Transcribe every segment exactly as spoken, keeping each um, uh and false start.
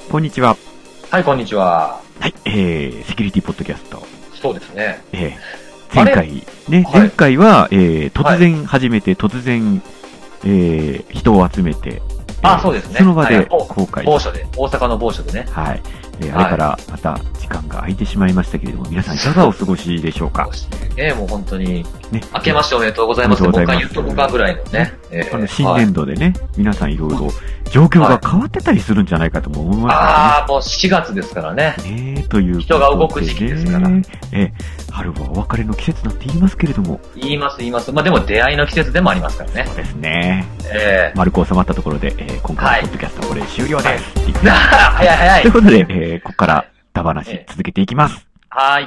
こんにちは。 はい、こんにちは。 はい、えー、セキュリティポッドキャスト。 そうですね。 えー、前回、ね、 はい、 前回は、えー、突然始めて、はい、突然、えー、人を集めて、 あ、そうですね。 その場で公開。 某所で、大阪の某所でね。 はい。えー、あれからまた時間が空いてしまいましたけれども、皆さんいかがお過ごしでしょうか。 ね、もう本当に、ね、明けましておめでとうございます。もう一回言っとくかぐらいのね。 えー、あの新年度でね、はい、皆さんいろいろ状況が変わってたりするんじゃないかとも思いますね。 ああ、もうしがつですからね。 ねということで。 人が動く時期ですから。 えー、春はお別れの季節なんて言いますけれども。 言います言います。まあでも出会いの季節でもありますからね。 そうですね。 えー、 丸く収まったところで、えー、今回のポッドキャストはこれで終了です。はい、 早い早い。 ということで、えー、ここからダ話続けていきます。 はい。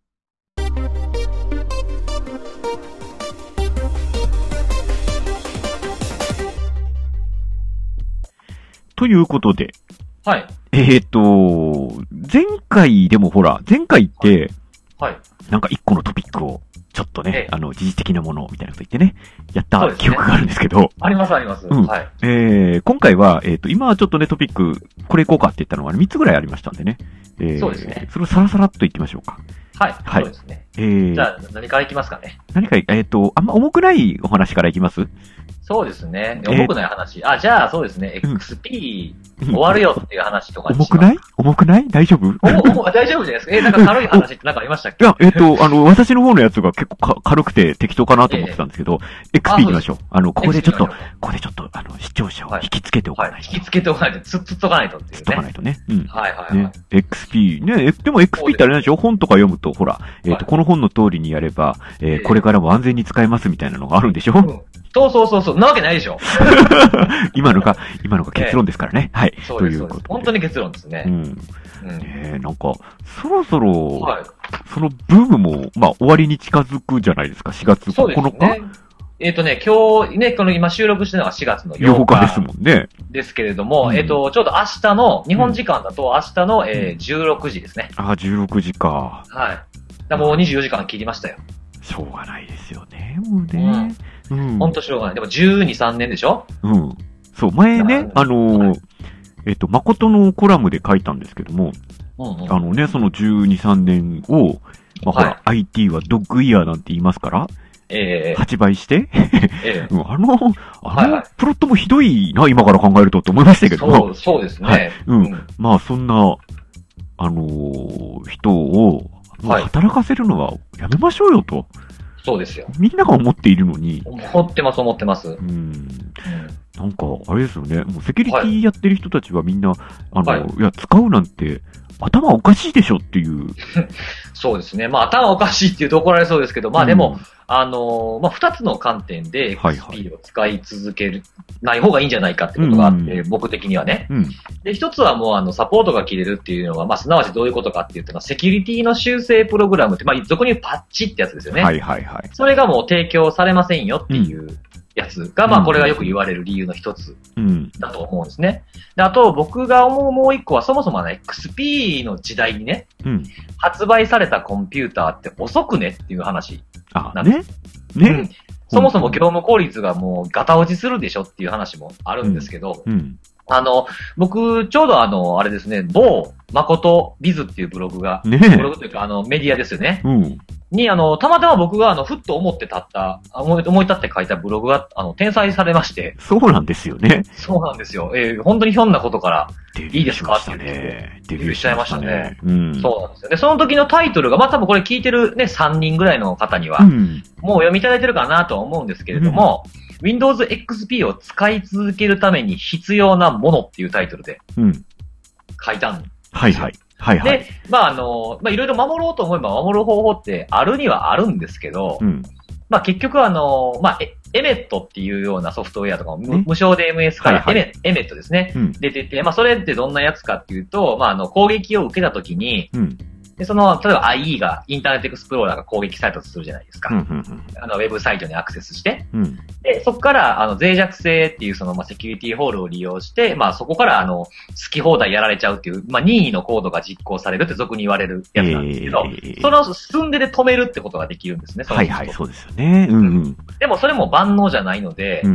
ということで。 はい。 えーと、前回でもほら、前回って、 はい。 なんか一個のトピックを、ちょっとね、ええ、あの、時事的なものみたいなこと言ってね、やった記憶があるんですけど。ね、 ありますあります。 うん。 はい。 えー、今回は、えーと、今はちょっとね、トピック、これいこうかって言ったのがみっつぐらいありましたんでね。えー、 そうですね。 それをさらさらっと言ってみましょうか。 はい。はい。そうですね。 えー、 じゃあ、何からいきますかね。 何か、えーと、あんま重くないお話からいきます？ そうですね。重くない話。えー、あ、じゃあ、そうですね。エックスピー 終わるよっていう話とかにします。 重くない重くない大丈夫おお大丈夫じゃないですか。えー、なんか軽い話ってなんかありましたっけ？ いや、えっ、ー、と、あの、私の方のやつが結構か軽くて適当かなと思ってたんですけど、えー、エックスピー 行きましょう。あの、ここでちょっと、ここでちょっと、あの、視聴者を引きつけておかないと。 はいはい、引きつけておかないと、つっつっとかないとっていうね。 つっとかないとね。うん。 はいはいはい。 ね、エックスピー、ね、でも エックスピー ってあれなんでしょ？本とか読むと、ほら、えっ、ー、と、はい、この本の通りにやれば、えー、これからも安全に使えますみたいなのがあるんでしょ？うん、 そうそうそうそう、なわけないでしょ。 今のが、今のが結論ですからね。えー、はい。 そうです。ということで。本当に結論ですね。 うん。うん、えー、なんか、そろそろ、はい、そのブームも、まあ、終わりに近づくじゃないですか、しがつここのか。そうですね。 えっ、ー、とね、今日ね、この今収録してるのがしがつのようか。 ようかですもんね。 ですけれども、うん、えっ、ー、と、ちょうど明日の、日本時間だと明日の、うん、えー、じゅうろくじですね。 ああ、じゅうろくじか。 はい。だもうにじゅうよじかん切りましたよ。 しょうがないですよね、もうね。 うん。ほんとしょうがない。でもじゅうに、さんねんでしょ？ うん。そう、前ね、あのー、はい、えっと、誠のコラムで書いたんですけども、うんうん、あのね、そのじゅうに、さんねんを、まあ、ほら、はい、アイティー はドッグイヤーなんて言いますから、ええー。発売して、ええー。あの、あの、プロットもひどいな、今から考えるとって思いましたけども。 そう、そうですね。はい。 うん。うん、まあ、そんな、あのー、人を、働かせるのはやめましょうよと。 そうですよ。 みんなが思っているのに。 思ってます、思ってます。うん。うん、 なんか、あれですよね。もうセキュリティやってる人たちはみんな、あの、はい、いや、使うなんて、頭おかしいでしょっていう。 そうですね。まあ、頭おかしいっていうと怒られそうですけど、まあでも、うん、あのー、まあ、二つの観点で エックスピー を使い続ける、ない方がいいんじゃないかってことがあって、うん、僕的にはね。うん、で、一つはもう、あの、サポートが切れるっていうのは、まあ、すなわちどういうことかっていうと、セキュリティの修正プログラムって、まあ、俗に言うパッチってやつですよね。 はいはいはい。 それがもう提供されませんよっていう。うんやつが、まあこれがよく言われる理由の一つだと思うんですね。で、あと僕が思うもう一個はそもそもね、エックスピー の時代にね、うん、発売されたコンピューターって遅くねっていう話なんです。 あ、ねね、うん、 そもそも業務効率がもうガタ落ちするでしょっていう話もあるんですけど、うんうん、あの、僕、ちょうどあの、あれですね、某、誠ビズっていうブログが、ね、ブログというかあのメディアですよね。うんに、あの、たまたま僕が、あの、ふっと思ってたった、思い、思い立って書いたブログが、あの、転載されまして。 そうなんですよね。 そうなんですよ。えー、本当にひょんなことから、いいですかって言って、 デビューしちゃいましたね。 うん。 そうなんですよ。で、その時のタイトルが、まあ、多分これ聞いてるね、さんにんぐらいの方には、うん、もう読みいただいてるかなとは思うんですけれども、うん、Windows エックスピー を使い続けるために必要なものっていうタイトルで、書いたんですよ。うん、 はいはい。はいはい。 で、まああの、まあいろいろ守ろうと思えば守る方法ってあるにはあるんですけど、うん、まあ結局あの、まあエ、エメットっていうようなソフトウェアとかも無償で エムエス からエメ、はいはい、エメットですね、うん、出てて、まあそれってどんなやつかっていうと、まああの攻撃を受けたときに、うんで、その、例えば アイイー が、インターネットエクスプローラーが攻撃されたとするじゃないですか。うんうんうん、あの、ウェブサイトにアクセスして。うん、で、そこから、あの、脆弱性っていう、その、まあ、セキュリティホールを利用して、まあ、そこから、あの、好き放題やられちゃうっていう、まあ、任意のコードが実行されるって俗に言われるやつなんですけど、えー、その寸でで止めるってことができるんですね、そのはいはい、そうですよね。うんうん。 でも、それも万能じゃないので、うん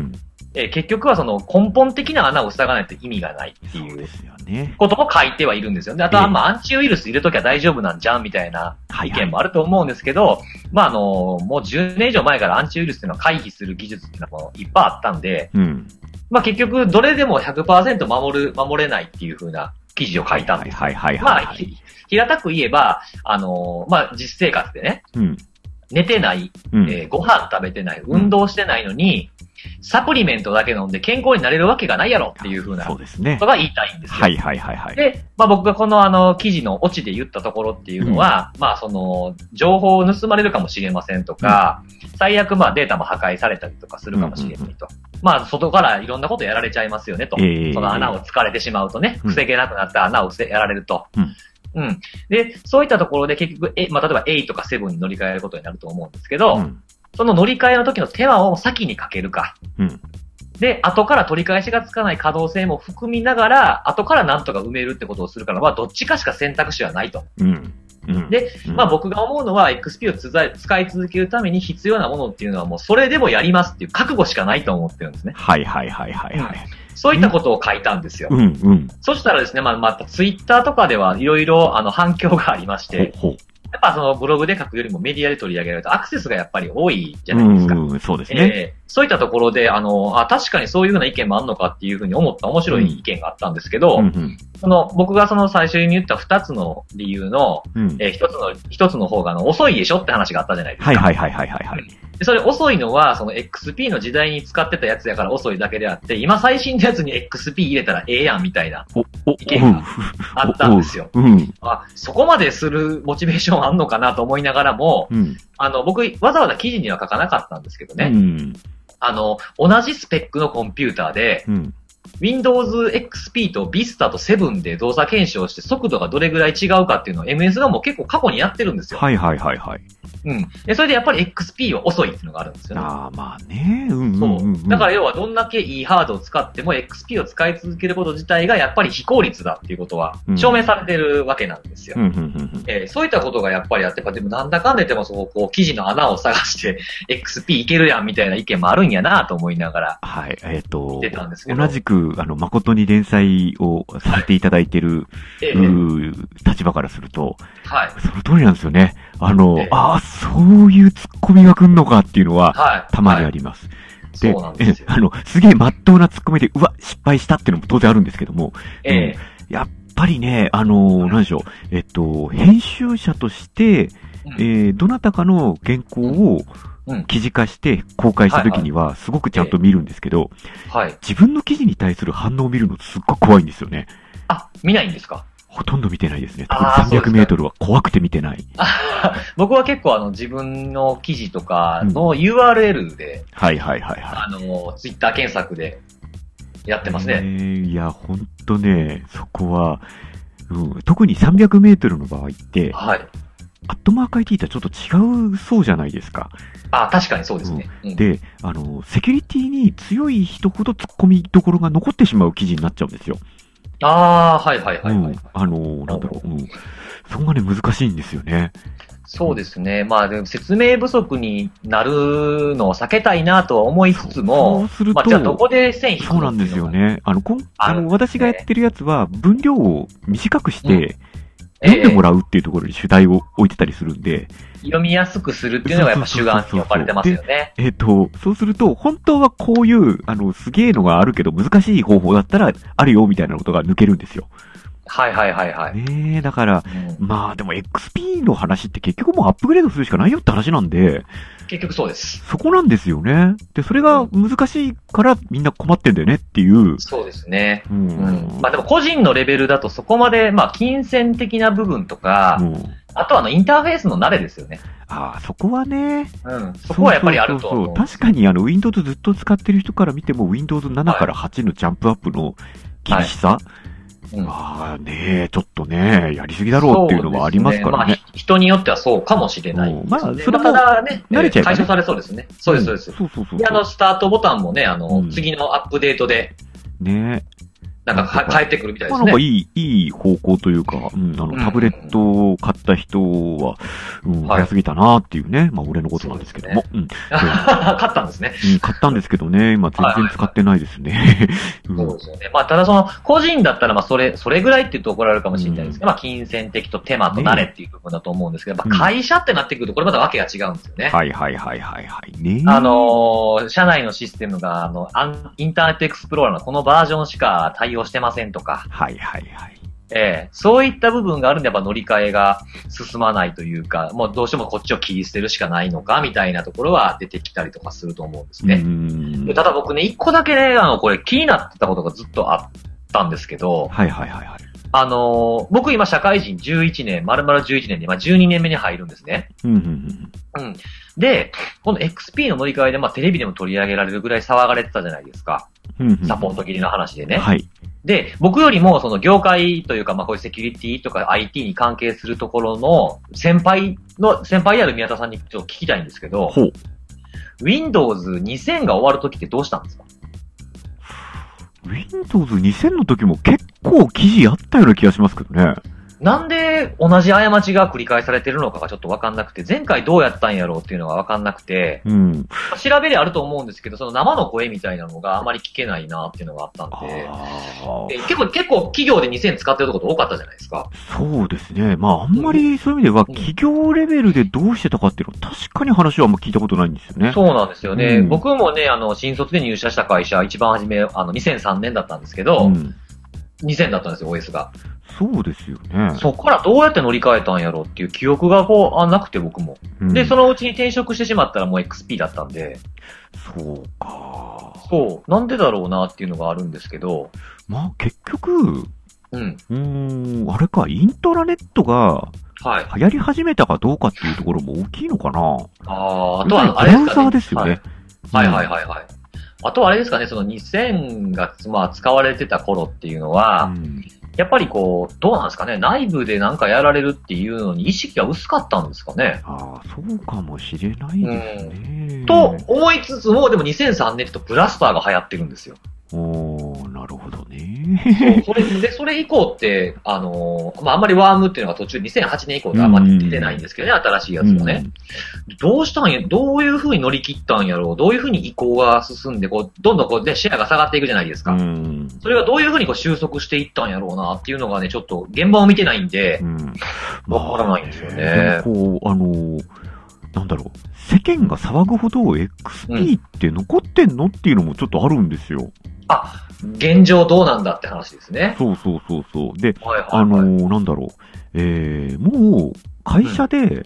えー、結局はその根本的な穴を塞がないと意味がないっていうことも書いてはいるんですよね。あとは、まあ、アンチウイルス入れときゃ大丈夫なんじゃんみたいな意見もあると思うんですけど、はいはい、まあ、あの、もうじゅうねん以上前からアンチウイルスっていうのは回避する技術っていうのもいっぱいあったんで、うん、まあ、結局、どれでも ひゃくパーセント 守る、守れないっていう風な記事を書いたんです。はいはいはいはい、はい。まあ、平たく言えば、あの、まあ、実生活でね、うん、寝てない、うん、えー、ご飯食べてない、運動してないのに、うんサプリメントだけ飲んで健康になれるわけがないやろっていう風なことが言いたいんですよ。 はいはいはいはい。 で、まあ僕がこのあの記事のオチで言ったところっていうのは、うん、まあその情報を盗まれるかもしれませんとか、うん、最悪まあデータも破壊されたりとかするかもしれないと。うんうんうん、まあ外からいろんなことやられちゃいますよねと。えー、その穴を突かれてしまうとね、防げなくなった穴をやられると。うんうん。で、そういったところで結局、え、まあ、例えばエイとかセブンに乗り換えることになると思うんですけど、うん、その乗り換えの時の手間を先にかけるか。うん。で、後から取り返しがつかない可能性も含みながら、後からなんとか埋めるってことをするから、まあ、どっちかしか選択肢はないと。うん。うん、で、まあ僕が思うのは エックスピー を使い続けるために必要なものっていうのはもうそれでもやりますっていう覚悟しかないと思ってるんですね。 はいはいはいはいはい。うんそういったことを書いたんですよ。 うんうん。 そしたらですね、まあ、またツイッターとかではいろいろあの反響がありまして、ほうほうやっぱそのブログで書くよりもメディアで取り上げられるとアクセスがやっぱり多いじゃないですか。 うん、そうですね、 えー。そういったところで、あの、あ、確かにそういうふうな意見もあるのかっていうふうに思った面白い意見があったんですけど、うんうんうん、その僕がその最初に言った二つの理由の、うん、えー、一つの、一つの方があの遅いでしょって話があったじゃないですか。 はいはいはいはいはい、はい。 でそれ遅いのは、その エックスピー の時代に使ってたやつやから遅いだけであって、今最新のやつに エックスピー 入れたらええやんみたいな意見があったんですよ。うん、あそこまでするモチベーションあんのかなと思いながらも、うん、あの、僕、わざわざ記事には書かなかったんですけどね。うん、あの、同じスペックのコンピューターで、うん、Windows エックスピー と Vista とセブンで動作検証して速度がどれぐらい違うかっていうのを エムエス がもう結構過去にやってるんですよ。 はいはいはいはい。 うん。で、それでやっぱり エックスピー は遅いっていうのがあるんですよね。 ああ、まあね。うんうんうんうん。 そう。だから要はどんだけいいハードを使っても エックスピー を使い続けること自体がやっぱり非効率だっていうことは証明されてるわけなんですよ。うんうんうんうんえー、そういったことがやっぱりあって、でもなんだかんだ言ってもそうこう記事の穴を探して エックスピー いけるやんみたいな意見もあるんやなと思いながら。 はい。えっ、ー、と、 出たんですけど。 同じく、あの、誠に連載をさせていただいてる、はいえー、立場からすると、はい。その通りなんですよね。あの、えー、ああ、そういうツッコミが来んのかっていうのは、はい、たまにあります。はい、で、そうなんですよ。あの、すげえ真っ当なツッコミで、うわ、失敗したっていうのも当然あるんですけども、えー、やっぱりね、あの、なんでしょう、えっと、編集者として、うん、えー、どなたかの原稿を、記事化して公開した時にはすごくちゃんと見るんですけど、はいはい、自分の記事に対する反応を見るのすっごい怖いんですよね。 あ、見ないんですか？ ほとんど見てないですね。特にさんびゃくメートルは怖くて見てない。 僕は結構あの自分の記事とかの ユーアールエル で、 うん、はいはいはいはい。 あの、ツイッター検索でやってますね。 えー、いや、ほんとね、そこは、うん、特にさんびゃくメートルの場合って、はい。アットマーク アイティー とはちょっと違うそうじゃないですか。 あ、確かにそうですね。 うん、で、あの、セキュリティに強い人ほど突っ込みどころが残ってしまう記事になっちゃうんですよ。 ああ、はいはいはい、はいうん。 あの、なんだろう、うん。そこがね、難しいんですよね。 そうですね。まあ、でも説明不足になるのを避けたいなとは思いつつも、 そうすると、 まあ、じゃあどこで線引くの？ そうなんですよね。あの、こんあの、私がやってるやつは、分量を短くして、うん読んでもらうっていうところに主題を置いてたりするんで。 読みやすくするっていうのがやっぱ主眼に置かれてますよね。 えっと、そうすると、本当はこういう、あの、すげえのがあるけど難しい方法だったらあるよみたいなことが抜けるんですよ。 はいはいはいはい。 ねえ、だから、うん、まあでも エックスピー の話って結局もうアップグレードするしかないよって話なんで。 結局そうです。 そこなんですよね。で、それが難しいからみんな困ってんだよねっていう。 そうですね。うん。うん、まあでも個人のレベルだとそこまで、まあ金銭的な部分とか、うん、あとはあのインターフェースの慣れですよね。 ああ、そこはね。 うん。そこはやっぱりあると思う。 そうそうそう確かにあの Windows ずっと使ってる人から見ても ウィンドウズセブン からはちのジャンプアップの厳しさ。はいうん、ああねえ、ちょっとね、やりすぎだろうっていうのはありますからね。ねまあ、人によってはそうかもしれない、ね。 まあ、それも、 ただね、 慣れちゃえば、ね、 解消されそうですね。そうです、そうです。うん、そうそうそう。で、あの、スタートボタンもね、あの、うん、次のアップデートで、 ねなんか帰ってくるみたいですね。 なんかいい、いい方向というか、うん、あの、タブレットを買った人は、うん、早すぎたなっていうね。まあ、俺のことなんですけども。うん。 買ったんですね。 うん、買ったんですけどね、今全然使ってないですね。 そうですよね。まあ、ただその、個人だったら、まあ、それ、それぐらいって言うと怒られるかもしれないですけど、まあ、金銭的と手間と慣れっていう部分だと思うんですけど、まあ、会社ってなってくると、これまたわけが違うんですよね。 はいはいはいはいはい。ねあの、社内のシステムが、あの、インターネットエクスプローラーのこのバージョンしか対応してませんとか。 はいはいはい。 ええ、そういった部分があるんで、やっぱ乗り換えが進まないというか、もうどうしてもこっちを切り捨てるしかないのか、みたいなところは出てきたりとかすると思うんですね。うんただ僕ね、一個だけね、あの、これ気になってたことがずっとあったんですけど、 はいはいはいはい。 あのー、僕今社会人じゅういちねん、丸々じゅういちねんで、まあじゅうにねんめに入るんですね。 うんうんうん。 うん。で、この エックスピー の乗り換えで、まあテレビでも取り上げられるぐらい騒がれてたじゃないですか。 うんうん、 サポート切りの話でね。 はい。 で、僕よりもその業界というか、まあこういうセキュリティとか アイティー に関係するところの先輩の、先輩である宮田さんにちょっと聞きたいんですけど、 ほう。 ウィンドウズにせん が終わるときってどうしたんですか？ ウィンドウズにせんの時も結構記事あったような気がしますけどね。 なんで同じ過ちが繰り返されてるのかがちょっとわかんなくて、前回どうやったんやろうっていうのがわかんなくて、 うん、 調べりゃあると思うんですけど、その生の声みたいなのがあまり聞けないなっていうのがあったんで、で結構、結構企業でにせん使ってるところ多かったじゃないですか。 そうですね。まああんまりそういう意味では、企業レベルでどうしてたかっていうのは確かに話はあんま聞いたことないんですよね。 そうなんですよね。うん、僕もね、あの、新卒で入社した会社、一番初め、あの、にせんさんねんだったんですけど、うん、にせんだったんですよ、オーエス が。 そうですよね。 そこからどうやって乗り換えたんやろうっていう記憶がこう、あなくて僕も、うん。で、そのうちに転職してしまったらもう エックスピー だったんで。 そうか。 そう。なんでだろうなっていうのがあるんですけど。 まあ結局、 うん。 うーん、あれか、イントラネットが、はい。流行り始めたかどうかっていうところも大きいのかな。 ああ、あとはあれですかね。ブラウザーですよね。 はい、はい、はいはいはい。あとはあれですかね、そのにせんが、まあ、使われてた頃っていうのは、うん、やっぱりこう、どうなんですかね、内部でなんかやられるっていうのに意識が薄かったんですかね。 ああ、そうかもしれないですね、 うん。と思いつつも、でもにせんさんねんってブラスターが流行ってるんですよ。 おー、なるほどね。 そう、それ、で、それ以降って、あのー、まあ、あんまりワームっていうのが途中にせんはちねん以降であんまり出てないんですけどね、新しいやつもね。どうしたんや、どういう風に乗り切ったんやろう、どういう風に移行が進んで、こう、どんどんこう、ね、シェアが下がっていくじゃないですか。それがどういう風にこう収束していったんやろうなっていうのがね、ちょっと現場を見てないんで、わからないんですよね。 こう、あのー、なんだろう、世間が騒ぐほど エックスピー って残ってんのっていうのもちょっとあるんですよ。 あ、現状どうなんだって話ですね。 そうそうそうそう。で、はいはいはい、あのー、なんだろう、えー、もう、会社で、うんうん、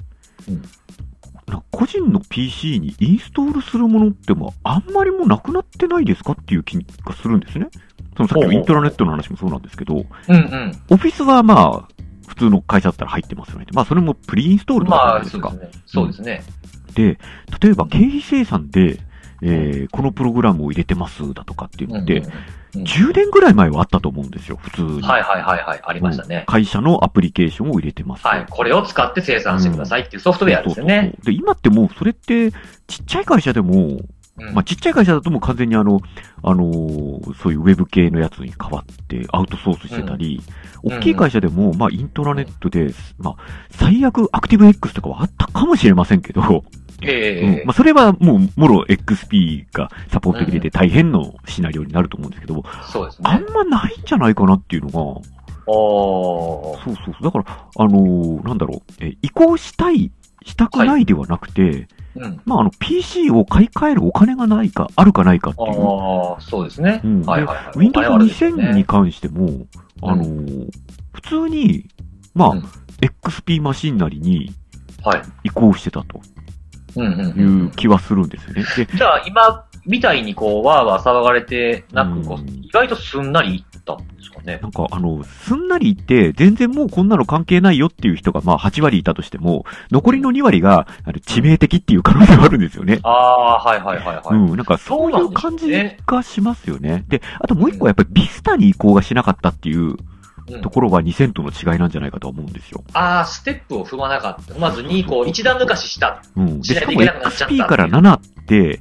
個人の ピーシー にインストールするものってもあんまりもうなくなってないですかっていう気がするんですね。そのさっきのイントラネットの話もそうなんですけど、 うんうん、 オフィスはまあ、普通の会社だったら入ってますよね。まあ、それもプリインストールとかじゃないですか。 まあ、そうですね。そうですね。 で、例えば経費生産で、えー、このプログラムを入れてますだとかって言って、うんうんうん、じゅうねんぐらい前はあったと思うんですよ、普通に。 はいはいはいはい、ありましたね。 会社のアプリケーションを入れてます。 はい、これを使って生産してくださいっていうソフトウェアですよね。 うん、そうそうそう。で、今ってもうそれって、ちっちゃい会社でも、うん、まあ、ちっちゃい会社だともう完全にあの、あのー、そういうウェブ系のやつに変わってアウトソースしてたり、うん、大きい会社でも、まあ、イントラネットで、まあ、最悪アクティブ X とかはあったかもしれませんけど、 ええーうん、まあ、それはもう、もろ エックスピー がサポートできて大変のシナリオになると思うんですけど、うん、 そうですね。 あんまないんじゃないかなっていうのが、 そうそうそう。だから、あのー、なんだろう、え、移行したい、したくないではなくて、はいうん、まあ、あの、ピーシー を買い替えるお金がないか、あるかないかっていう。 ああ、そうですね。うん。はいはいはい。 ウィンドウズにせんに関しても、ね、あのーうん、普通に、まあ、うん、エックスピー マシンなりに、移行してたと。いう気はするんですよね。でじゃあ、今、みたいにこう、わーわー騒がれてなく、こう、意外とすんなりいったんですかね。 なんか、あの、すんなりいって、全然もうこんなの関係ないよっていう人が、まあ、はちわりいたとしても、残りのにわりが、あの致命的っていう可能性があるんですよね。 ああ、はいはいはいはい。 うん、なんか、そういう感じがしますよね。で、あともう一個はやっぱりビスタに移行がしなかったっていう、ところはにせんとの違いなんじゃないかと思うんですよ。 ああ、ステップを踏まなかった。まずにこう、一段抜かしした。 うん。で、しかも エックスピー からななって、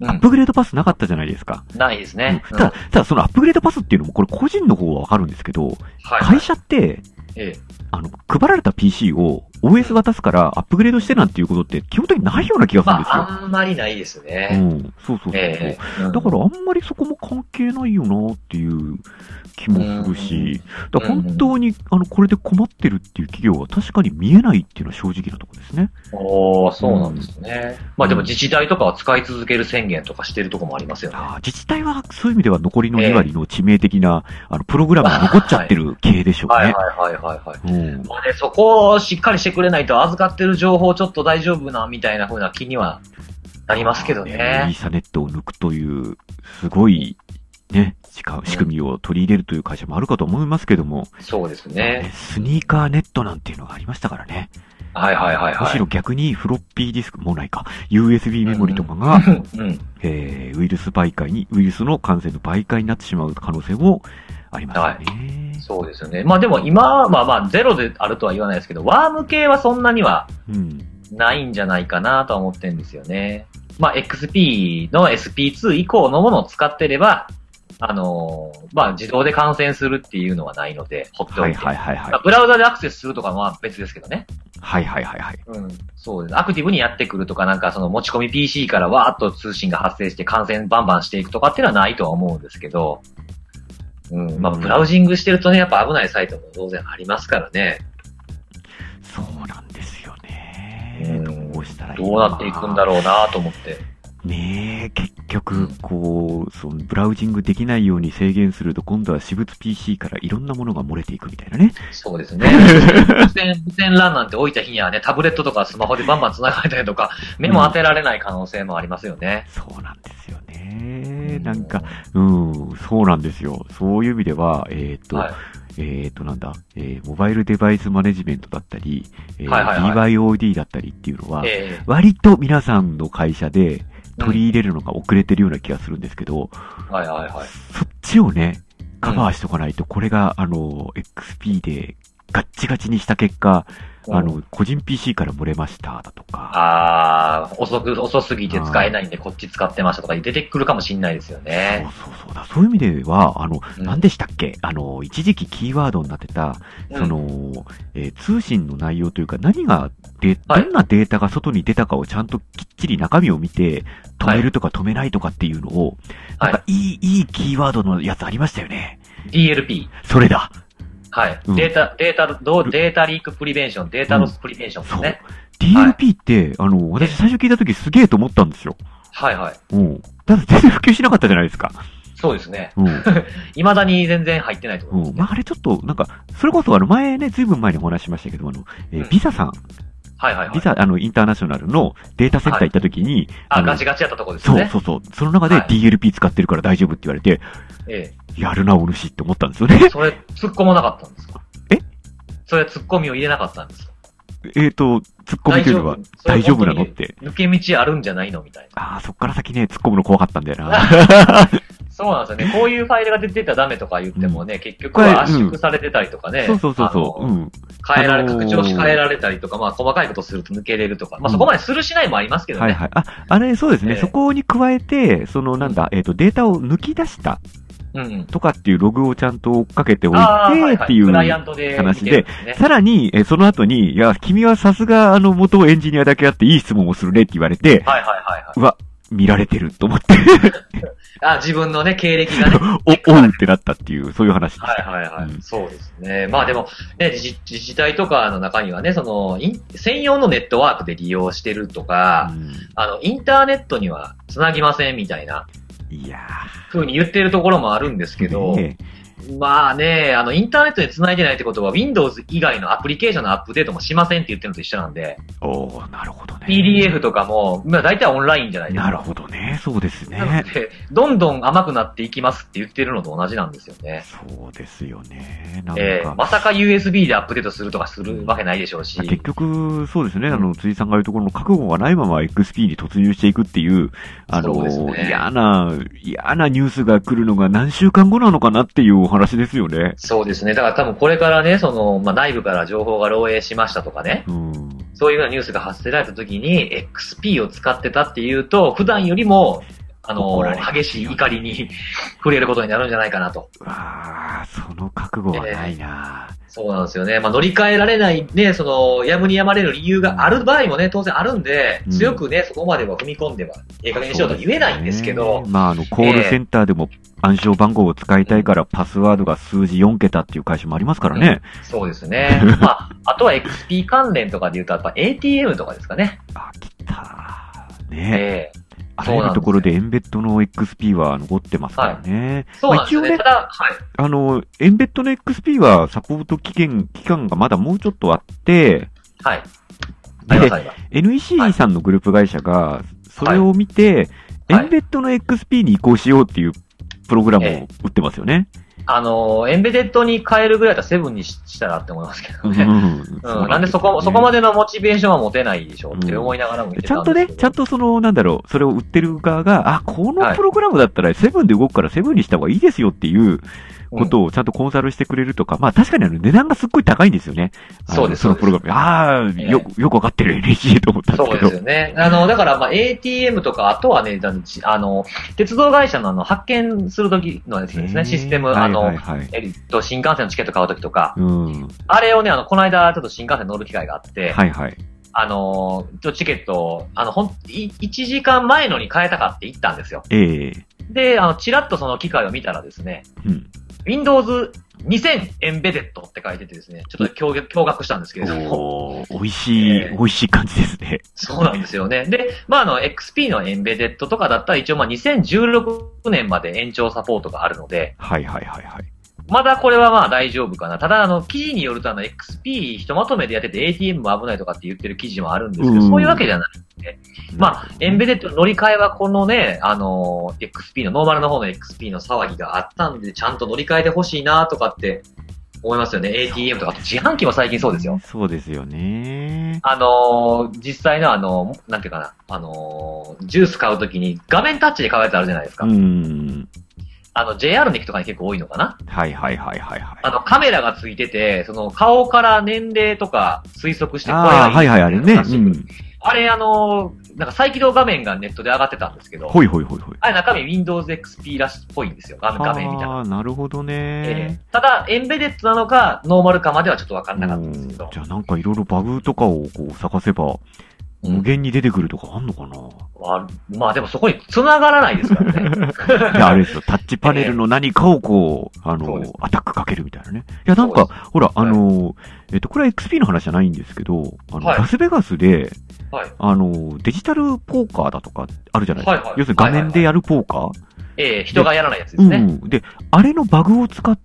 アップグレードパスなかったじゃないですか。 うん、ないですね。 うん、ただ、ただそのアップグレードパスっていうのも、これ個人の方はわかるんですけど、はいはい、会社って、ええ、あの、配られた ピーシー を オーエス 渡すからアップグレードしてなんていうことって基本的にないような気がするんですよ。 まあ、あんまりないですね。 うん。そうそうそうそう、えーうん。だからあんまりそこも関係ないよなっていう気もするし、だから本当に、あの、これで困ってるっていう企業は確かに見えないっていうのは正直なところですね。 おー、そうなんですね。うん、まあでも自治体とかは使い続ける宣言とかしてるところもありますよね。 あ自治体はそういう意味では残りのに割の致命的な、えー、あの、プログラムが残っちゃってる系でしょうね。 はいはいはいはいはい。うん、まあね、そこをしっかりしてくれないと預かってる情報ちょっと大丈夫なみたいな風な気にはなりますけどね。 ねイーサネットを抜くという、すごい、ね、仕組みを取り入れるという会社もあるかと思いますけども。 そうですね。 スニーカーネットなんていうのがありましたからね。 はいはいはいはい。 むしろ逆にフロッピーディスクもないか、ユーエスビー メモリとかが、うんうんえー、ウイルス媒介に、ウイルスの感染の媒介になってしまう可能性もありますよね、 はい。そうですよね。まあでも今、まあまあゼロであるとは言わないですけど、ワーム系はそんなにはないんじゃないかなとは思ってるんですよね。まあ エックスピー の エスピーツー 以降のものを使ってれば、あのー、まあ自動で感染するっていうのはないので、ほっておいて。はいはいはい、はいまあ、ブラウザでアクセスするとかは別ですけどね。 はいはいはいはい。 うん。そうです。アクティブにやってくるとか、なんかその持ち込み ピーシー からわーっと通信が発生して感染バンバンしていくとかっていうのはないとは思うんですけど、うん。まあ、ブラウジングしてるとね、やっぱ危ないサイトも当然ありますからね。 そうなんですよね。うん、どうしたらいいのどうなっていくんだろうなと思って。 ねえ、結局、こう、その、ブラウジングできないように制限すると、今度は私物 ピーシー からいろんなものが漏れていくみたいなね。 そうですね。無線、無線 ランなんて置いた日にはね、タブレットとかスマホでバンバン繋がれたりとか、目も当てられない可能性もありますよね。 うん、そうなんですよね。なんか、うん、そうなんですよ。そういう意味では、えっと、はいえっと、なんだ、えー、モバイルデバイスマネジメントだったり、えーはいはいはい、ビーワイオーディー だったりっていうのは、えー、割と皆さんの会社で取り入れるのが遅れてるような気がするんですけど、 うん、はいはいはい。 そっちをね、カバーしとかないと、これが、あの、エックスピー でガッチガチにした結果、あの、個人 ピーシー から漏れましただとか。 ああ、遅く、遅すぎて使えないんでこっち使ってましたとか出てくるかもしれないですよね。 そうそうそうだ。そういう意味では、あの、うん、何でしたっけあの、一時期キーワードになってた、うん、その、えー、通信の内容というか何がで、どんなデータが外に出たかをちゃんときっちり中身を見て、止めるとか止めないとかっていうのを、はい、なんかいい、いいキーワードのやつありましたよね。 ディーエルピー。 それだ。 はい、うん。データ、データ、データリークプリベンション、データロスプリベンションですね。 うん、ディーエルピー って、はい、あの、私最初聞いたときすげえと思ったんですよ。 はいはい。 うん。ただ全然普及しなかったじゃないですか。 そうですね。うん。未だに全然入ってないと思います、ね。 うん。まあ、あれちょっと、なんか、それこそあの前ね、ずいぶん前にお話しましたけど、あの、えーうん、ビザさん。 はいはいはい。 ビザ、あの、インターナショナルのデータセンター行った時に、はい、 あ、ガチガチやったとこですね。 そうそうそう。その中で ディーエルピー 使ってるから大丈夫って言われて、ええ。やるな、お主って思ったんですよね。 それ、突っ込まなかったんですか？ えそれ突っ込みを入れなかったんですか？ えっと、突っ込みというのは大丈夫なのって。 抜け道あるんじゃないのみたいな。 ああ、そっから先ね、突っ込むの怖かったんだよな。 そうなんですよね。こういうファイルが出てたらダメとか言ってもね、うん、結局は圧縮されてたりとかね。 うん、そうそうそうそう。うん、 変えられ、拡張し変えられたりとか、まあ細かいことすると抜けれるとか。まあそこまでするしないもありますけどね。 はいはい。あ、あれそうですね。えー、そこに加えて、そのなんだ、えっと、データを抜き出した。とかっていうログをちゃんと追っかけておいてっていう話で、さらに、えその後に、いや、君はさすがあの元エンジニアだけあっていい質問をするねって言われて、 はいはいはいはい。 うわ、見られてると思って。 あ、自分のね、経歴がね。 お、おうってなったっていう、そういう話です。 はいはいはい。うん、そうですね。まあでも、ね、自治体とかの中にはね、その、専用のネットワークで利用してるとか、うん、あの、インターネットには繋ぎませんみたいな。 いやー。ふうに言ってるところもあるんですけど、ね、まあね、あの、インターネットに繋いでないってことは、Windows 以外のアプリケーションのアップデートもしませんって言ってるのと一緒なんで。 おー、なるほどね。 ピーディーエフ とかも、まあ大体オンラインじゃないですか。 なるほどね。そうですね。 なので、どんどん甘くなっていきますって言ってるのと同じなんですよね。 そうですよね。なんか。 えー、まさか ユーエスビー でアップデートするとかするわけないでしょうし。 結局、そうですね。あの、辻さんが言うところの覚悟がないまま エックスピー に突入していくっていう、あの、ね、嫌な、嫌なニュースが来るのが何週間後なのかなっていうお話ですよね。 そうですね。だから多分これからね、その、まあ、内部から情報が漏洩しましたとかね。うん、そういうようなニュースが発せられた時に、エックスピー を使ってたっていうと、普段よりも、 あの、激しい怒りに触れることになるんじゃないかなと。 ああ、その覚悟はないな、えー、 そうなんですよね。まあ、乗り換えられないね、その、やむにやまれる理由がある場合もね、当然あるんで、うん、強くね、そこまでは踏み込んでは、ええ加減にしようとは言えないんですけど。 ね、まあ、あの、コールセンターでも暗証番号を使いたいから、パスワードが数字よんけたっていう会社もありますからね。 うん、そうですね。まあ、あとは エックスピー 関連とかで言うと、やっぱ エーティーエム とかですかね。 あ、来たね。えーあらゆるそうなんですよところでエンベッドの エックスピー は残ってますからね。 そうなんですよね。 まあ、一応ね、 ただ、はい。 あの、エンベッドの エックスピー はサポート期限、期間がまだもうちょっとあって、 はい。 で、エヌイーシー さんのグループ会社が、それを見て、 はい、 エンベッドの エックスピー に移行しようっていうプログラムを売ってますよね。 あの、エンベデッドに変えるぐらいだったらセブンにしたらって思いますけどね。うん。うん、なんでそこ、そこまでのモチベーションは持てないでしょうって思いながらも言ってたんですけど、うん、 ちゃんとね、ちゃんとその、なんだろう、それを売ってる側が、あ、このプログラムだったらセブンで動くからセブンにした方がいいですよっていうことをちゃんとコンサルしてくれるとか、うん、まあ確かにあの値段がすっごい高いんですよね。 そうです。 そのプログラム。ああ、よ、よくわかってる エヌイーシー と思ったんですけど。 そうですよね。あの、だからまあ エーティーエム とか、あとはね、あの、鉄道会社のあの、発見するときのやつですね、システム、あの、はいはいはい、えっと、新幹線のチケット買うときとか、うん、あれをね、あの、この間ちょっと新幹線乗る機会があって、 はいはい。 あの、チケット、あの、ほん、いちじかんまえのに変えたかって言ったんですよ。 ええー。 で、あの、ちらっとその機械を見たらですね、うん、Windows にせん Embedded って書いててですね、ちょっと驚愕、驚愕したんですけれども。 おー、美味しい、えー、美味しい感じですね。 そうなんですよね。で、まあ、あの、エックスピー の Embedded とかだったら一応まあにせんじゅうろくねんまで延長サポートがあるので、 はいはいはいはい。 まだこれはまあ大丈夫かな。ただあの、記事によるとあの、エックスピー ひとまとめでやってて エーティーエム も危ないとかって言ってる記事もあるんですけど、そういうわけじゃなくて、まあ、エンベデッドの乗り換えはこのね、あの、エックスピー の、ノーマルの方の エックスピー の騒ぎがあったんで、ちゃんと乗り換えてほしいなとかって思いますよね。エーティーエム とか、あと自販機も最近そうですよ。 そうですよね。 あの、実際のあの、なんていうかな、あの、ジュース買うときに画面タッチで買うやつあるじゃないですか。 うん。 あの、ジェイアール の駅とかに結構多いのかな？ はいはいはいはいはい。 あの、カメラがついてて、その、顔から年齢とか推測して、これはいはいはい、あれね。うん。 あれ、あの、なんか再起動画面がネットで上がってたんですけど。 ほいほいほいほい。 あれ中身 Windows エックスピー らしっぽいんですよ。画面、画面みたいな。 ああ、なるほどね、 えー。ただ、エンベデッドなのか、ノーマルかまではちょっとわかんなかったんですけど。 じゃあなんかいろいろバグとかをこう探せば、無限に出てくるとかあんのかな、 あまあでもそこに繋がらないですからね。 いや、あれですよ。タッチパネルの何かをこう、あの、アタックかけるみたいなね。いや、なんか、ほら、あの、はい、えっと、これは エックスピー の話じゃないんですけど、あの、はい、ラスベガスで、はい、あの、デジタルポーカーだとかあるじゃないですか。はいはい、要するに画面でやるポーカー、はいはいはい、 ええ、人がやらないやつですね。 うん。で、あれのバグを使って、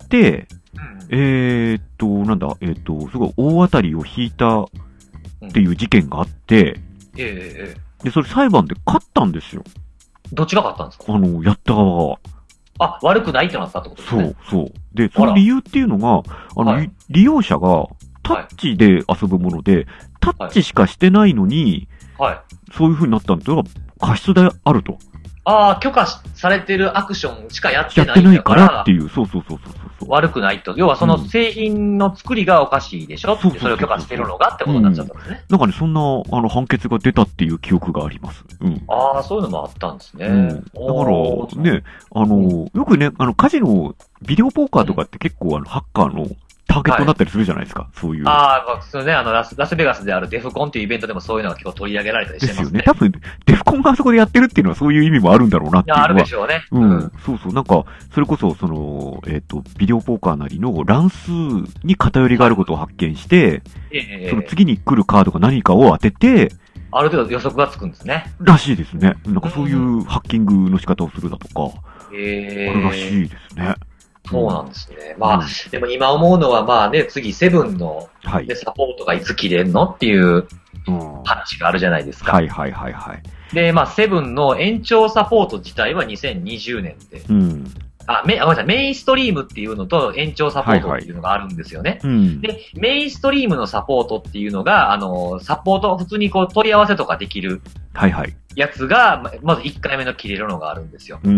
うん、えー、っと、なんだ、えー、っと、すごい大当たりを引いたっていう事件があって、うんええええ。 で、それ裁判で勝ったんですよ。 どっちが勝ったんですか？ あの、やった側が。 あ、悪くないってなったってことですね。 そう、そう。で、その理由っていうのが、あの、はい、利用者がタッチで遊ぶもので、はい、タッチしかしてないのに、はい、そういう風になったのが過失であると。 ああ、許可されてるアクションしかやってないんだから。やってないからっていう、そうそうそうそうそう。 悪くないと。要はその製品の作りがおかしいでしょ、うん、ってそれを許可してるのがってことになっちゃったんですね。 うん、なんかね、そんな、あの、判決が出たっていう記憶があります。うん。 ああ、そういうのもあったんですね。うん、だから、ね、あの、うん、よくね、あの、カジノ、ビデオポーカーとかって結構、あの、ハッカーの、ターゲットになったりするじゃないですか、はい、そういう。 ああ、そうね、あのラス、ラスベガスであるデフコンっていうイベントでもそういうのが結構取り上げられたりしてますね。ですよね。 多分、デフコンがあそこでやってるっていうのはそういう意味もあるんだろうなっていうのは。 いや、あるでしょうね。 うん。うん、そうそう。なんか、それこそ、その、えっ、ー、と、ビデオポーカーなりの乱数に偏りがあることを発見して、えー、その次に来るカードが何かを当てて、 ある程度予測がつくんですね。 らしいですね。なんかそういうハッキングの仕方をするだとか、 えー、 あるらしいですね。 そうなんですね。まあ、うん、でも今思うのはまあね、次セブンの、はい、でサポートがいつ切れんのっていう話があるじゃないですか。 はいはいはいはい。 で、まあセブンの延長サポート自体はにせんにじゅうねんで。うん。あ、メ、あ、ごめんなさい、メインストリームっていうのと延長サポートっていうのがあるんですよね。はいはい、うん、で、メインストリームのサポートっていうのが、あの、サポート、普通にこう問い合わせとかできる。 はいはい。 やつが、まずいっかいめの切れるのがあるんですよ。うん。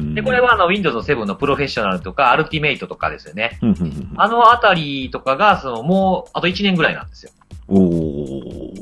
で、これはあの Windows セブンのプロフェッショナルとか、アルティメイトとかですよね。うん。あのあたりとかが、その、もう、あといちねんぐらいなんですよ。 おー。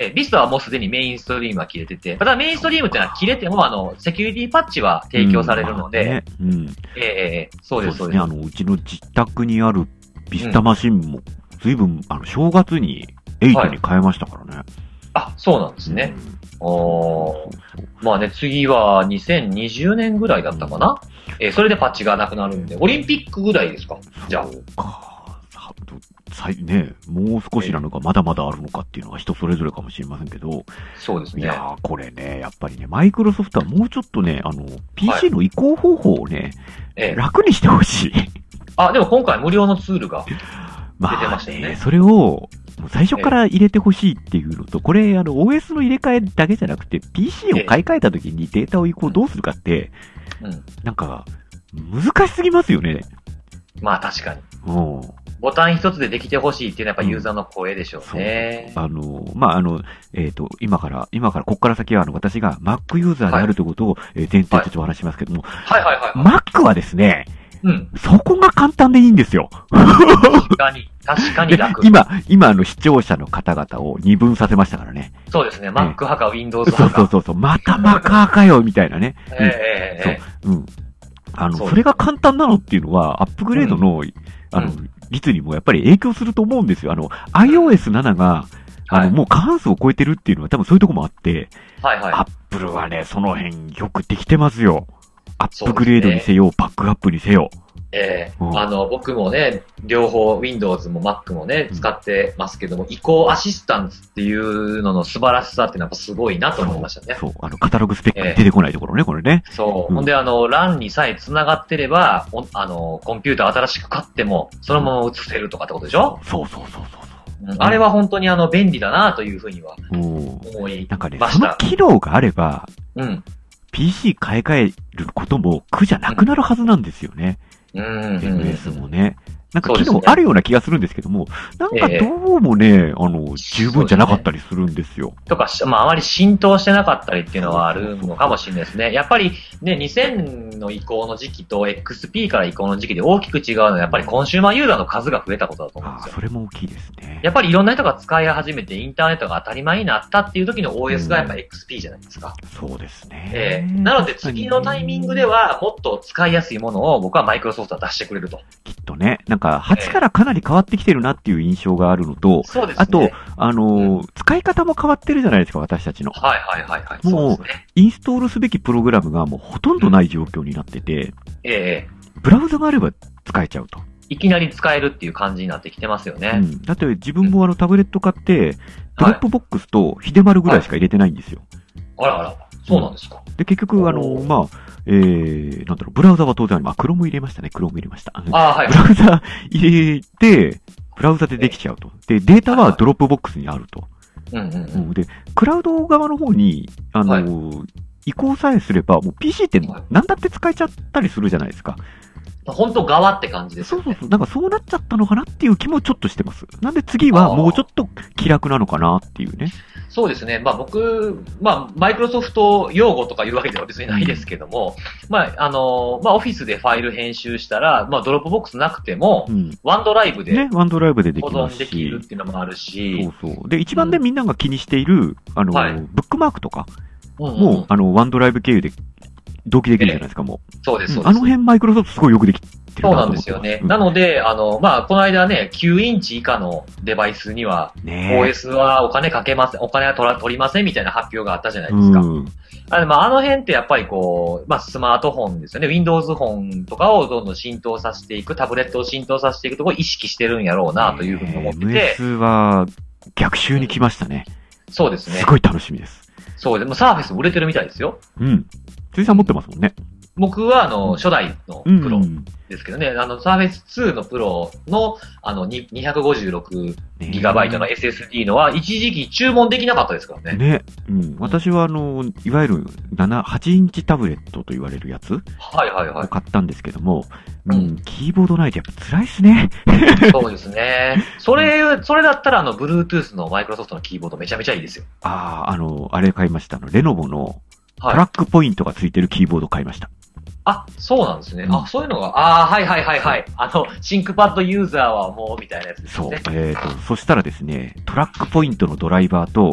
えー、ビスタはもうすでにメインストリームは切れてて、ただメインストリームっていうのは切れても、あの、セキュリティパッチは提供されるので、うん、ねうん、えー、そうです、そうです。 ね、あの、うちの自宅にあるビスタマシンも、随分、あの、正月にエイトに変えましたからね。はい、 あ、そうなんですね。うん、おー。まあね、次はにせんにじゅうねんぐらいだったかな、うん、えー、それでパッチがなくなるんで、オリンピックぐらいですかじゃあ。そうか。 ね、もう少しなのか、まだまだあるのかっていうのは人それぞれかもしれませんけど。 そうですね。 いやー、これね、やっぱりね、マイクロソフトはもうちょっとね、あの、ピーシー の移行方法をね、はい、楽にしてほしい。 あ、でも今回無料のツールが出てましたよね。 まあね、それを、最初から入れてほしいっていうのと、これ、あの、オーエス の入れ替えだけじゃなくて、ピーシー を買い替えた時にデータを移行どうするかって、うん、なんか、難しすぎますよね。 まあ確かに。 うん。 ボタン一つでできてほしいっていうのはやっぱユーザーの声でしょうね。 うん、あの、まあ、あの、えっ、ー、と、今から、今から、ここから先は、あの、私が Mac ユーザーであるということを、はい、えー、前提としてお話しますけども、 はいはいはい、はい。 Mac はですね、 うん。 そこが簡単でいいんですよ。 確かに、確かに楽。 今、今、あの、視聴者の方々を二分させましたからね。 そうですね。Mac 派か Windows 派か。 そうそうそう、また Mac 派かよ、みたいなね。 ええええそう。うん。あの、それが簡単なのっていうのは、アップグレードの、うん、あの、うん率にもやっぱり影響すると思うんですよ。あの、アイオーエスセブン が、あの、はい、もう過半数を超えてるっていうのは多分そういうとこもあって、 はいはい。 アップルはね、その辺よくできてますよ。アップグレードにせよ、バックアップにせよ。 ええーうん、あの、僕もね、両方 Windows も Mac もね、使ってますけども、うん、移行アシスタントっていうのの素晴らしさっていうのはすごいなと思いましたね。 そう、そうあの、カタログスペックに出てこないところね、えー、これね。 そう。うん、ほんで、あの、ラン にさえ繋がってれば、あの、コンピューター新しく買っても、そのまま映せるとかってことでしょ、 うん、そうそうそうそうそう、うん。あれは本当にあの、便利だなというふうには思いました。 なんかね、その機能があれば、 うん。 ピーシー 買い替えることも苦じゃなくなるはずなんですよね。 うん。 エムエス もね。なんか機能あるような気がするんですけども、なんかどうもね、えー、あの、十分じゃなかったりするんですよ。 すね、とか、まああまり浸透してなかったりっていうのはあるのかもしれないですね。やっぱりね、にせんの移行の時期と エックスピー から移行の時期で大きく違うのは、やっぱりコンシューマーユーザーの数が増えたことだと思うんですよ。 あ、それも大きいですね。 やっぱりいろんな人が使い始めてインターネットが当たり前になったっていう時の オーエス がやっぱ エックスピー じゃないですか。 うん、そうですね。 えー、なので次のタイミングではもっと使いやすいものを僕はマイクロソフトは出してくれると。 きっとね、なんかはちからかなり変わってきてるなっていう印象があるのと、 そうですね、 あと、あのーうん、使い方も変わってるじゃないですか、私たちの。 はいはいはいはい。 もう、うね、インストールすべきプログラムがもうほとんどない状況になってて、うん、 ええブラウザがあれば使えちゃうと。 いきなり使えるっていう感じになってきてますよね。 うん。だって自分もあのタブレット買って、ドロップボックスとヒデマルぐらいしか入れてないんですよ。 はい、あらあら、そうなんですか。 で、結局、あの、まあ、えー、なんだろう、ブラウザは当然あります。あ、クロム入れましたね。クロム入れました。 ああ、はい。 ブラウザ入れて、ブラウザでできちゃうと。で、データはドロップボックスにあると。 うんうんうん。 で、クラウド側の方に、あの、はい、移行さえすれば、もう ピーシー って何だって使えちゃったりするじゃないですか。 本当側って感じですよね。 そうそうそう。なんかそうなっちゃったのかなっていう気もちょっとしてます。なんで次はもうちょっと気楽なのかなっていうね。 そうですね。まあ僕、まあマイクロソフト用語とかいうわけでは別にないですけども、うん、まああの、まあオフィスでファイル編集したら、まあドロップボックスなくても、うん、ワンドライブで、 ね、ワンドライブでで保きますし。 存できるっていうのもあるし。 そうそう。で、一番ね、うん、みんなが気にしている、あの、はい、ブックマークとか、 うんうん、 もう、あの、ワンドライブ経由で同期できるじゃないですか、もう。 そうです、そうです。 あの辺マイクロソフトすごいよくできてるなとそうなんですよね。うん、なので、あの、まあ、この間ね、きゅうインチ以下のデバイスには、ね、オーエス はお金かけません、お金は取ら取りませんみたいな発表があったじゃないですか。うん、あの、まあ、あの辺ってやっぱりこう、まあ、スマートフォンですよね。Windows 本とかをどんどん浸透させていく、タブレットを浸透させていくところを意識してるんやろうなというふうに思ってて。エムエスは逆襲に来ましたね。 そうですね。 すごい楽しみです。 そうでもサーフェス売れてるみたいですよ。 うん。辻さん持ってますもんね。 僕は、あの、初代のプロですけどね、うんうん、あの、サーフェスツーのプロの、あの、にひゃくごじゅうろくギガバイトの エスエスディー のは、一時期注文できなかったですからね。 ね。うん。私は、あの、いわゆる、なな、はちインチタブレットと言われるやつはいはいはい。 を買ったんですけども、うん、うん、キーボードないとやっぱ辛いっすね。 そうですね。それ、それだったら、あの、Bluetooth のマイクロソフトのキーボードめちゃめちゃいいですよ。 ああ、あの、あれ買いました。あの、レノボの、トラックポイントがついてるキーボード買いました。 あ、そうなんですね。うん、あ、そういうのが、ああ、はいはいはいはい。あの、シンクパッドユーザーはもう、みたいなやつですね。 そう。えっ、ー、と、そしたらですね、トラックポイントのドライバーと、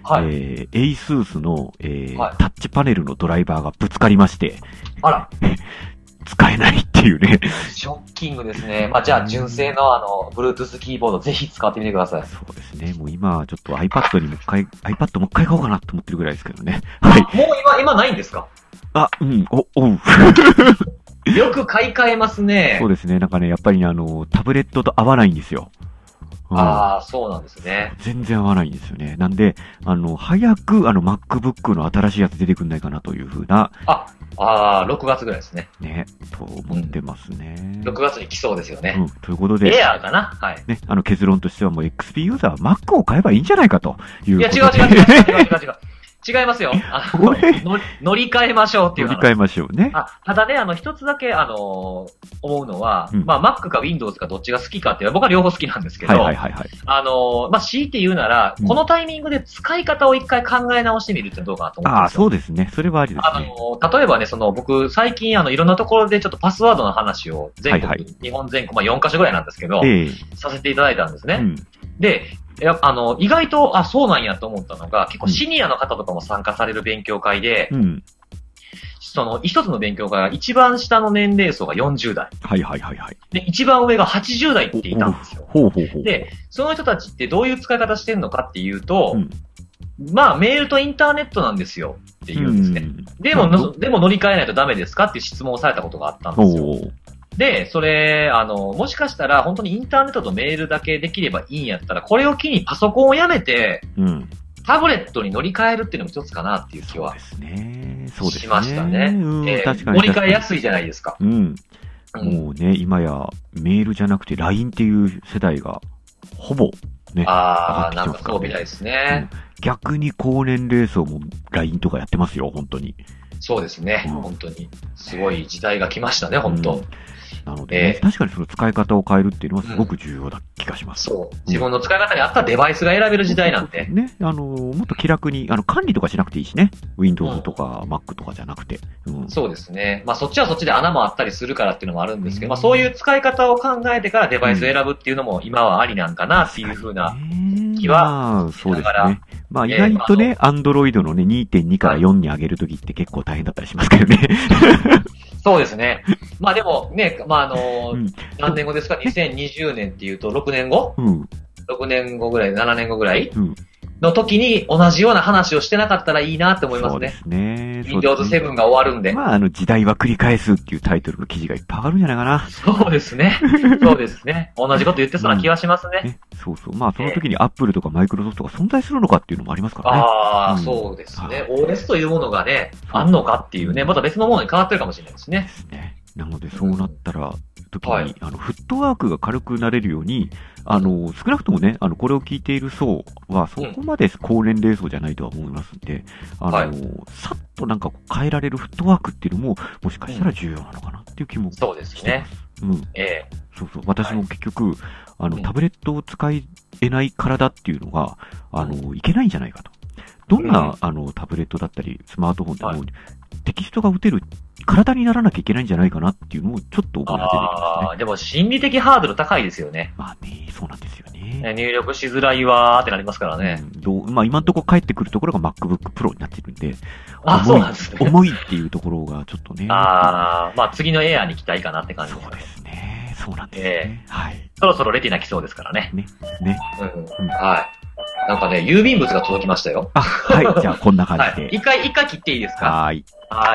はい。 えー、エイスースの、えーはい、 タッチパネルのドライバーがぶつかりまして、 あら。 使えないっていうね。 ショッキングですね。まあ、じゃあ、純正のあの、Bluetooth キーボードぜひ使ってみてください。 そうですね。もう今、ちょっと iPad にもう一回、iPad もう一回買おうかなと思ってるぐらいですけどね。はい。 もう今、今ないんですか？ あ、うん、お、おう。 よく買い替えますね。 そうですね。なんかね、やっぱりね、あの、タブレットと合わないんですよ。 うん、ああ、そうなんですね。 全然合わないんですよね。なんで、あの、早く、あの、MacBook の新しいやつ出てくんないかなというふうな。 あ、ああ、ろくがつぐらいですね。 ね、と思ってますね、 うん。ろくがつに来そうですよね。 うん、ということで。 エアーかな？はい。 ね、あの、結論としてはもう エックスピー ユーザーは Mac を買えばいいんじゃないかということで。 いや、違う違う違う違う違う違う違う。違いますよ。あの乗り、乗り換えましょうっていう話。 乗り換えましょうね。 あ、ただね、あの、一つだけ、あのー、思うのは、うん、まあ、Mac か Windows かどっちが好きかっていうのは、僕は両方好きなんですけど、 はいはいはい、はい。 あのー、まあ、強いて言うなら、うん、このタイミングで使い方を一回考え直してみるってどうかなと思うんですよ。 ああ、そうですね。それはありですね。 あのー、例えばね、その、僕、最近、あの、いろんなところでちょっとパスワードの話を、全国、はいはい、日本全国、まあ、よんカ所ぐらいなんですけど、えー、させていただいたんですね。うん、で、いや、あの、意外と、あ、そうなんやと思ったのが、結構シニアの方とかも参加される勉強会で、うん、その、一つの勉強会が一番下の年齢層がよんじゅう代。 はいはいはいはい。 で、一番上がはちじゅう代っていたんですよ。 ほうほうほう。 で、その人たちってどういう使い方してるのかっていうと、うん、まあ、メールとインターネットなんですよって言うんですね。でも、でも乗り換えないとダメですかっていう質問をされたことがあったんですよ。で、それ、あの、もしかしたら本当にインターネットとメールだけできればいいんやったら、これを機にパソコンをやめて、うん、タブレットに乗り換えるっていうのも一つかなっていう気はしましたね。えー、乗り換えやすいじゃないですか。 うん。うん、もうね、今やメールじゃなくて ライン っていう世代がほぼね。 ああ、なんかそうみたいですね、 うん。逆に高年齢層も ライン とかやってますよ、本当に。 そうですね、うん、本当に。すごい時代が来ましたね、本当。うん、 なので、ね、えー、確かにその使い方を変えるっていうのはすごく重要だ気がします。 うん、そう。自分の使い方に合ったデバイスが選べる時代なんで。 ね。あの、もっと気楽に、あの、管理とかしなくていいしね。Windows とか Mac とかじゃなくて。 うん、そうですね。まあそっちはそっちで穴もあったりするからっていうのもあるんですけど、うん、まあそういう使い方を考えてからデバイスを選ぶっていうのも今はありなんかなっていうふうな気は、 まあ、そうですね。まあ意外とね、Android のね、にてんに からよんに上げるときって結構大変だったりしますけどね。 そうですね。まあでもね、まああのーうん、何年後ですか ?にせんにじゅう 年っていうとろくねんご、うん、ろくねんごぐらい、ななねんごぐらい、うんの時に同じような話をしてなかったらいいなって思いますね。そうですね。Windows セブンが終わるんで。 まあ、あの、時代は繰り返すっていうタイトルの記事がいっぱいあるんじゃないかな。 そうですね。そうですね。同じこと言ってそうな気はしますね。うん、ねそうそう。まあ、その時に Apple とか Microsoft とか存在するのかっていうのもありますからね。 ああ、うん、そうですね。オーエス というものがね、あんのかっていうね、また別のものに変わってるかもしれないですね。ですね。 なので、そうなったら、時に、はい、あの、フットワークが軽くなれるように、あの、少なくともね、あの、これを聞いている層は、そこまで高年齢層じゃないとは思いますんで、あの、はい、さっとなんか変えられるフットワークっていうのも、もしかしたら重要なのかなっていう気もしてます。 そうですね。 うん。ええー。そうそう。私も結局、はい、あの、タブレットを使えない体っていうのが、あの、いけないんじゃないかと。どんな、うん、あの、タブレットだったり、スマートフォンでも、はい、テキストが打てる体にならなきゃいけないんじゃないかなっていうのをちょっと思い始めてますね。 ああ、でも心理的ハードル高いですよね。 まあね、そうなんですよね。 入力しづらいわーってなりますからね。 うん、どうまあ今のところ帰ってくるところが MacBook Pro になってるんで、 あ、そうなんですね。 重いっていうところがちょっとね。 ああ、まあ次の Air に期待かなって感じです。 そうですね。そうなんですね。えー、はい。 そろそろレティナ来そうですからね。 ね。ね。 うん。うん、はい。なんかね、郵便物が届きましたよ。 あ、はい。じゃあこんな感じで。 はい。一回、一回切っていいですか？ はい。 はい。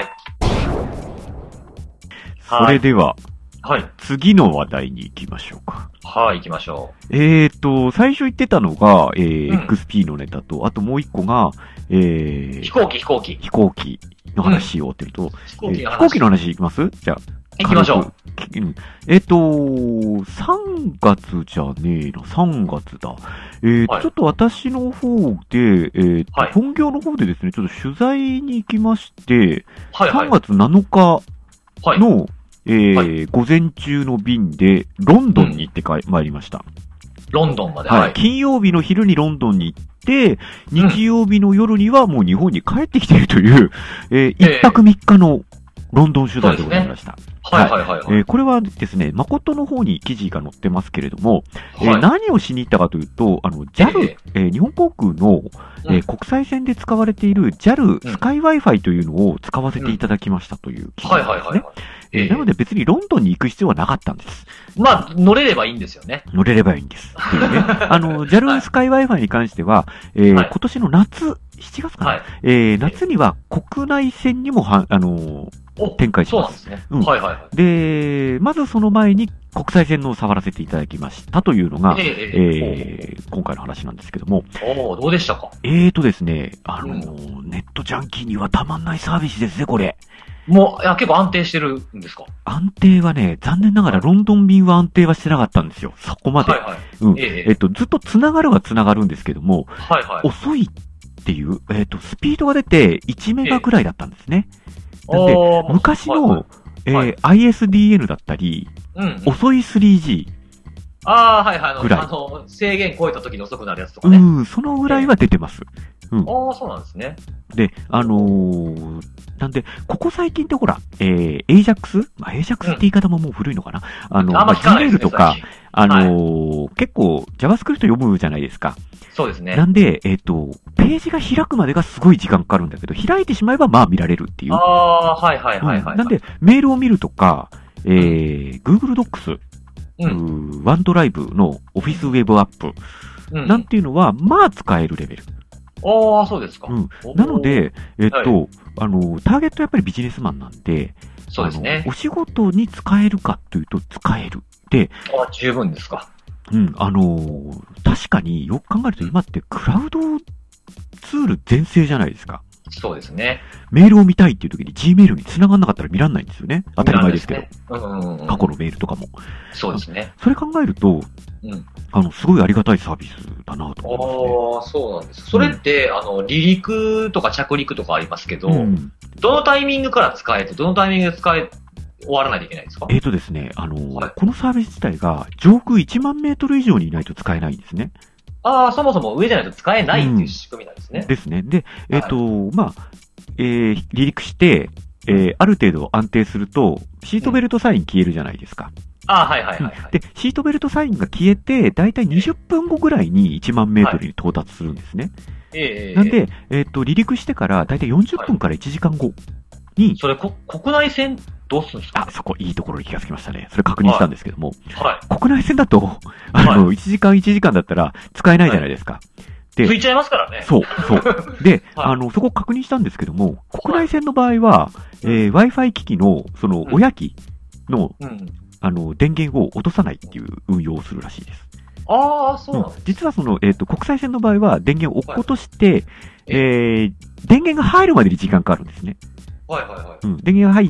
それでは、 はい。 次の話題に行きましょうか。 はい、行きましょう。えーと、最初言ってたのが、えー、うん、エックスピー のネタと、あともう一個が、えー、 飛行機、飛行機。 飛行機の話しようっていうと、うん、 飛行機の話。 えー、飛行機の話いきますじゃあ。 行きましょう。 えっ、ー、と、さんがつじゃねえな、さんがつだ。えーと、はい、ちょっと私の方で、えーと、はい、本業の方でですね、ちょっと取材に行きまして、はいはい、さんがつなのかの、はい、えーはい、午前中の便で、ロンドンに行ってか、うん、参りました。 ロンドンまで、 はい、はい。金曜日の昼にロンドンに行って、日曜日の夜にはもう日本に帰ってきているという、うん、えー、一泊三日のロンドン取材でございました。 はいはいはい、はい。 えー、これはですね、誠の方に記事が載ってますけれども、はい、えー、何をしに行ったかというと、あの、ジャル、えーえー、日本航空の、えーうん、国際線で使われている ジャル スカイ Wi-Fi というのを使わせていただきましたという記事ですね。はいはいはい、はい。えー、なので別にロンドンに行く必要はなかったんです。 まあ、乗れればいいんですよね。 乗れればいいんです。っていうね。あの、ジャル スカイ Wi-Fi に関しては、えーはい、今年の夏、しちがつかな、はい、えー、夏には国内線にもは、あのー、展開します。 そうなんですね。うん。はいはいはい。 で、まずその前に国際線のを触らせていただきましたというのが、えーえー、今回の話なんですけども。 おー、どうでしたか？ えーとですね、あのーうん、ネットジャンキーにはたまんないサービスですね、これ。 もう、いや、結構安定してるんですか？ 安定はね、残念ながらロンドン便は安定はしてなかったんですよ。そこまで。はいはい。うん。えー、えっと、ずっと繋がるは繋がるんですけども、はいはい。遅いっていう、えっと、スピードが出ていちメガくらいだったんですね。えー、なんで、昔の、はいはい、えーはい、アイエスディーエヌ だったり、うんうん、遅い スリージー。 ああ、はいはい。あの、あの、制限超えた時に遅くなるやつとかね。 うん、そのぐらいは出てます。 うん。ああ、そうなんですね。 で、あのー、なんで、ここ最近ってほら、えー、エイジャックス まあ、エイジャックスって言い方ももう古いのかな、うん、あの、あまあ、Gmail とか、あのーはい、結構 JavaScript 読むじゃないですか。 そうですね。 なんで、えっと、ページが開くまでがすごい時間かかるんだけど、開いてしまえばまあ見られるっていう。 ああ、はいはいはいはい、はい、 うん。なんで、メールを見るとか、えー、Google Docs、うん、ワンドライブの Office Web App、うん、なんていうのは、まあ使えるレベル。 ああ、そうですか。 うん。なので、えっと、はい、あの、ターゲットやっぱりビジネスマンなんで、 そうですね。 お仕事に使えるかというと使える。で、 ああ、十分ですか。 うん、あのー、確かによく考えると今ってクラウドツール全盛じゃないですか。 そうですね。 メールを見たいっていう時に Gmail に繋がんなかったら見らんないんですよね。当たり前ですけど。ね、うんうん、過去のメールとかも。 そうですね。 それ考えると、うん、あの、すごいありがたいサービスだなと思いますね。 ああ、そうなんです。それって、うん、あの、離陸とか着陸とかありますけど、うん、どのタイミングから使えて、どのタイミングで使え、終わらないといけないんですか？ えーとですね、あのーはい、このサービス自体が上空いちまんメートル以上にいないと使えないんですね。 ああ、そもそも上じゃないと使えないっていう仕組みなんですね。 うん、ですね。で、えっ、ー、と、はい、まあ、えー、離陸して、えー、ある程度安定すると、シートベルトサイン消えるじゃないですか。うん、 ああ、はいはいはい、はい。 で、シートベルトサインが消えて、だいたいにじゅっぷんごぐらいにいちまんメートルに到達するんですね。はい、ええー。なんで、えっ、ー、と、離陸してからだいたいよんじゅっぷんからいちじかんごに、はい、 それ、こ、国内線どうするんですか？ あ、そこいいところに気がつきましたね。それ確認したんですけども。 はい。 国内線だと、あの、はい、いちじかんいちじかんだったら使えないじゃないですか。はい、 で、ついちゃいますからね。 そう、そう。で、はい、あの、そこ確認したんですけども、国内線の場合は、えー、Wi-Fi 機器の、その、親機の、うん、あの、電源を落とさないっていう運用をするらしいです。 ああ、そうなんです、 うん、実はその、えっ、ー、と、国際線の場合は電源を落っことして、はい、えー、電源が入るまでに時間かかるんですね。 はいはいはい。 うん。電源が入って、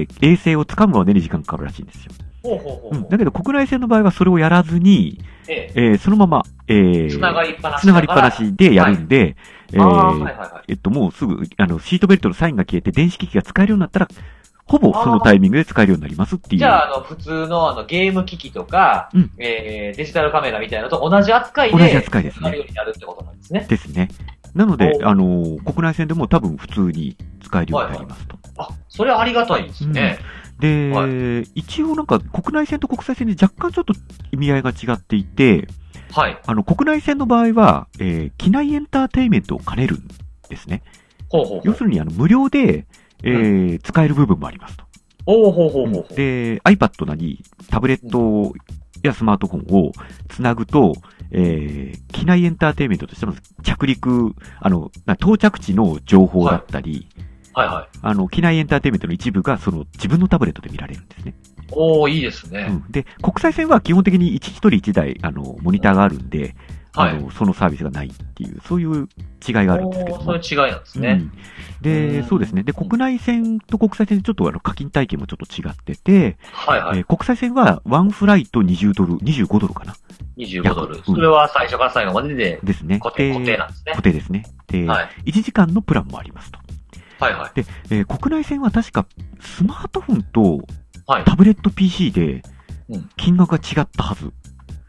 衛星を掴むまでに時間かかるらしいんですよ。 ほうほうほうほう。 うん。だけど国内線の場合はそれをやらずに、えええー、そのまま、えー、 つながりっぱなし。 つながりっぱなしでやるんで、はい、えー、 はいはいはい、 えっと、もうすぐ、あの、シートベルトのサインが消えて電子機器が使えるようになったら、ほぼそのタイミングで使えるようになりますっていう。 じゃあ、あの、普通のあの、ゲーム機器とか、うん、えー、デジタルカメラみたいなのと同じ扱いで、 同じ扱いですね。 使えるようになるってことなんですね。 ですね。なので、あの、国内線でも多分普通に使えるようになりますと。 はいはい、あ、それはありがたいですね。 うん、で、はい、一応なんか国内線と国際線で若干ちょっと意味合いが違っていて、はい。あの、国内線の場合は、えー、機内エンターテイメントを兼ねるんですね。 ほうほうほう。 要するに、あの、無料で、えーうん、使える部分もありますと。 おーほうほうほうほう。 で、iPad なり、タブレットやスマートフォンをつなぐと、えー、機内エンターテイメントとしても着陸、あの、到着地の情報だったり、はい、はいはい。あの、機内エンターテイメントの一部が、その、自分のタブレットで見られるんですね。 おー、いいですね。 うん。で、国際線は基本的に一人一台、あの、モニターがあるんで、はい、あの、そのサービスがないっていう、そういう違いがあるんですけども。 そういう違いなんですね。うん、 で、そうですね。で、国内線と国際線でちょっとあの課金体系もちょっと違ってて、はいはい。えー、国際線はワンフライトにじゅうドル、にじゅうごドルかな。 にじゅうごドル。それは最初から最後までで、 ですね。 固定、固定なんですね。 固定ですね。で、はい、いちじかんのプランもありますと。 はいはい。 で、えー、国内線は確かスマートフォンとタブレット ピーシー で金額が違ったはず。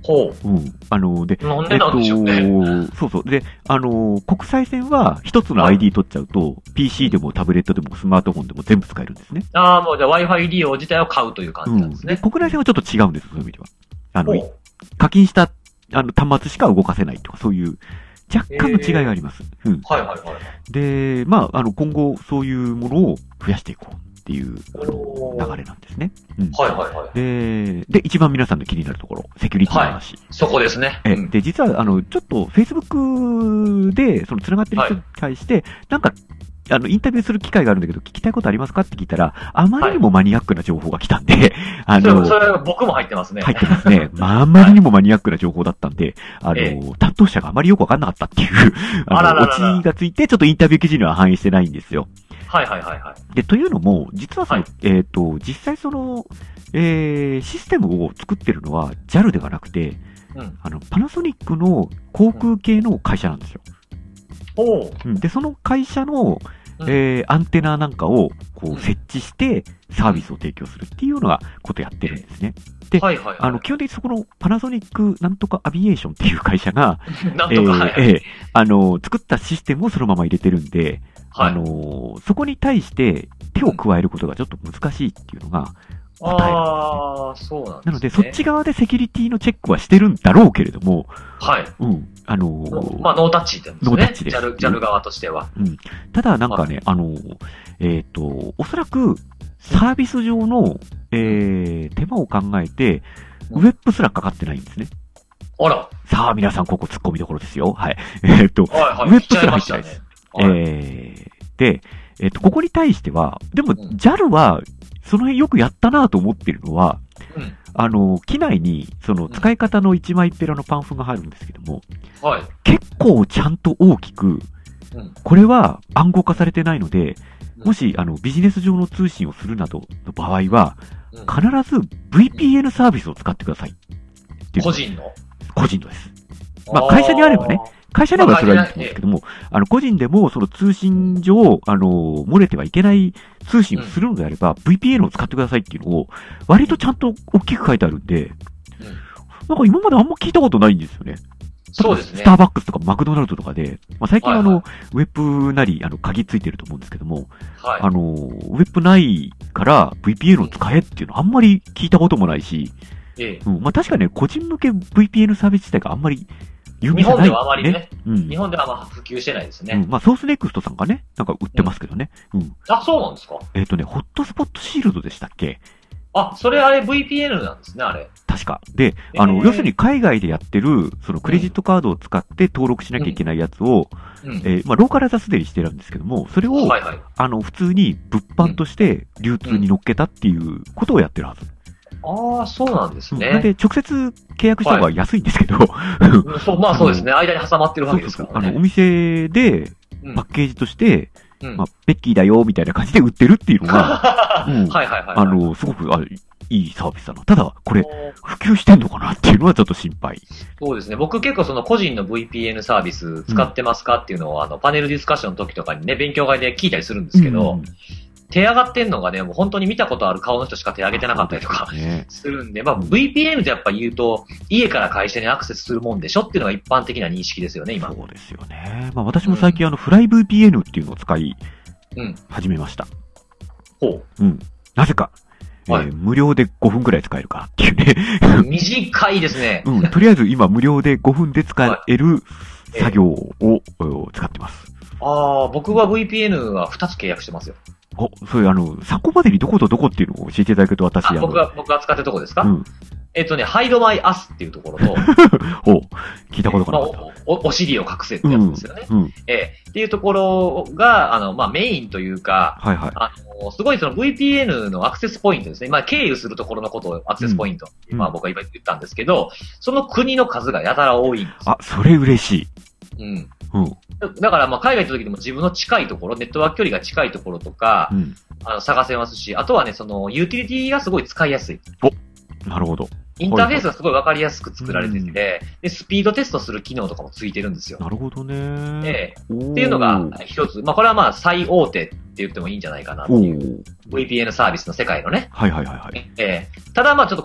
ほう。うん。あの、で、 なんでなんでしょうね。えっと、そうそう。で、あの、国際線は一つの アイディー 取っちゃうと、はい、ピーシー でもタブレットでもスマートフォンでも全部使えるんですね。 ああ、もうじゃあ Wi-Fi 利用自体を買うという感じなんですね。 うん、で、国内線はちょっと違うんです、そういう意味では。あの、課金したあの端末しか動かせないとか、そういう若干の違いがあります。 えー、うん。はいはいはい。 で、まあ、あの、今後そういうものを増やしていこうっていうあの流れなんですね。 うん。はいはいはい。 で、で、一番皆さんの気になるところ、セキュリティの話。はい、 そこですね。 え、うん、で、実は、あの、ちょっと Facebook で、その繋がってる人に対して、はい、なんか、あの、インタビューする機会があるんだけど、聞きたいことありますかって聞いたら、あまりにもマニアックな情報が来たんで、はい、 あの、それは僕も入ってますね。 入ってますね。まあ、あまりにもマニアックな情報だったんで、あの、ええ、担当者があまりよくわかんなかったっていう、あの、オチがついて、ちょっとインタビュー記事には反映してないんですよ。 はいはいはいはい。 で、というのも、実はその、はい、えっと、実際その、えー、システムを作ってるのは ジャル ではなくて、うん、あの、パナソニックの航空系の会社なんですよ。 おうん、で、その会社の、えー、アンテナなんかをこう設置してサービスを提供するっていうようなことをやってるんですね。で、はいはいはい、あの、基本的にそこのパナソニックなんとかアビエーションっていう会社が、 なんとか、はい、 えー、あの、作ったシステムをそのまま入れてるんで、はい、あの、そこに対して手を加えることがちょっと難しいっていうのが、 ああ、そうなんですね。 なので、そっち側でセキュリティのチェックはしてるんだろうけれども、 はい。 うん。あのー、 まあ、ノータッチって言うんですね。 ノータッチです。 ジャル、ジャル側としては。 うん。ただ、なんかね、あのー、えっと、おそらく、サービス上の、えー、手間を考えて、ウェブすらかかってないんですね。 あら。 さあ、皆さん、ここ突っ込みどころですよ。はい。えっと、はいはい、ウェブすら入ってないです。はい、えー、で、えっと、ここに対しては、でも、うん、ジャル は、その辺よくやったなと思ってるのは、うん、あの、機内に、その、使い方の一枚ペラのパンフが入るんですけども、 はい。 結構ちゃんと大きく、うん、これは暗号化されてないので、もし、あの、ビジネス上の通信をするなどの場合は、うん、必ず ブイピーエヌ サービスを使ってください。 個人の個人のです。まあ、会社にあればね、会社にあればそれはいいと思うんですけども、あの、個人でも、その通信上、あの、漏れてはいけない通信をするのであれば、うん、ブイピーエヌ を使ってくださいっていうのを、割とちゃんと大きく書いてあるんで、うん、なんか今まであんま聞いたことないんですよね。 そうですね。 スターバックスとかマクドナルドとかで、まあ、最近あの、はいはい、ウェブなり、あの、鍵ついてると思うんですけども、はい、あの、ウェブないから ブイピーエヌ を使えっていうのあんまり聞いたこともないし、ええ、うん、まあ確かにね、個人向け ブイピーエヌ サービス自体があんまり有名じゃない、ね。 日本ではあまりね、うん。日本ではあんま普及してないですね。 うん、まあソースネクストさんがね、なんか売ってますけどね。うん。うん、 あ、そうなんですか？ えっ、ー、とね、ホットスポットシールドでしたっけ？ あ、それあれ ブイピーエヌ なんですね、あれ。 確か。で、あの、えー、要するに海外でやってる、そのクレジットカードを使って登録しなきゃいけないやつを、うん、えー、まあ、ローカライザーすでにしてるんですけども、それを、はいはい、あの、普通に物販として流通に乗っけたっていうことをやってるはず。 ああ、そうなんですね。 なんで、直接契約した方が安いんですけど、 はい、そう、まあそうですね。間に挟まってるわけですからね。 そうそうそう、あの、お店で、パッケージとして、うん、まあ、ベッキーだよ、みたいな感じで売ってるっていうのが、うん、はいはいはい。あの、すごく、あいいサービスだな。ただ、これ、普及してんのかなっていうのはちょっと心配。 そうですね。僕結構その個人の ブイピーエヌ サービス使ってますかっていうのを、うん、あの、パネルディスカッションの時とかにね、勉強会で聞いたりするんですけど、うん、手上がってんのがね、もう本当に見たことある顔の人しか手上げてなかったりとかするんで、まあ ブイピーエヌ ってやっぱ言うと、家から会社にアクセスするもんでしょっていうのが一般的な認識ですよね、今。 そうですよね。まあ私も最近あの、フライ ブイピーエヌ っていうのを使い始めました。 うん、ほう。うん。なぜか。はい、えー、無料でごふんくらい使えるからっていうね。 短いですね。 うん。とりあえず今無料でごふんで使える作業を、えー、使ってます。 ああ、僕は ブイピーエヌ はふたつ契約してますよ。 お、そういうあの、参考までにどことどこっていうのを教えていただけると私あ僕が、僕が使ってるとこですか？うん。えっとね、Hide My Ass っていうところと、 お、聞いたことがなかった。 まあ、お、お尻を隠せってやつですよね。うん。うん、えー、っていうところが、あの、まあ、メインというか、はいはい。あの、すごいその ブイピーエヌ のアクセスポイントですね。まあ、経由するところのことをアクセスポイント。うん、まあ、僕は今言ったんですけど、その国の数がやたら多いんです。 あ、それ嬉しい。 うん。うん。だから、まあ、海外行った時でも自分の近いところ、ネットワーク距離が近いところとか、うん、あの、探せますし、あとはね、その、ユーティリティがすごい使いやすい。 お、なるほど。 インターフェースがすごいわかりやすく作られてて、うん、で、スピードテストする機能とかもついてるんですよ。 なるほどね。 ええ。っていうのが一つ。まあ、これはまあ、最大手って言ってもいいんじゃないかなっていう。ブイピーエヌ サービスの世界のね。 はいはいはいはい。 ええ。ただまあ、ちょっとここ、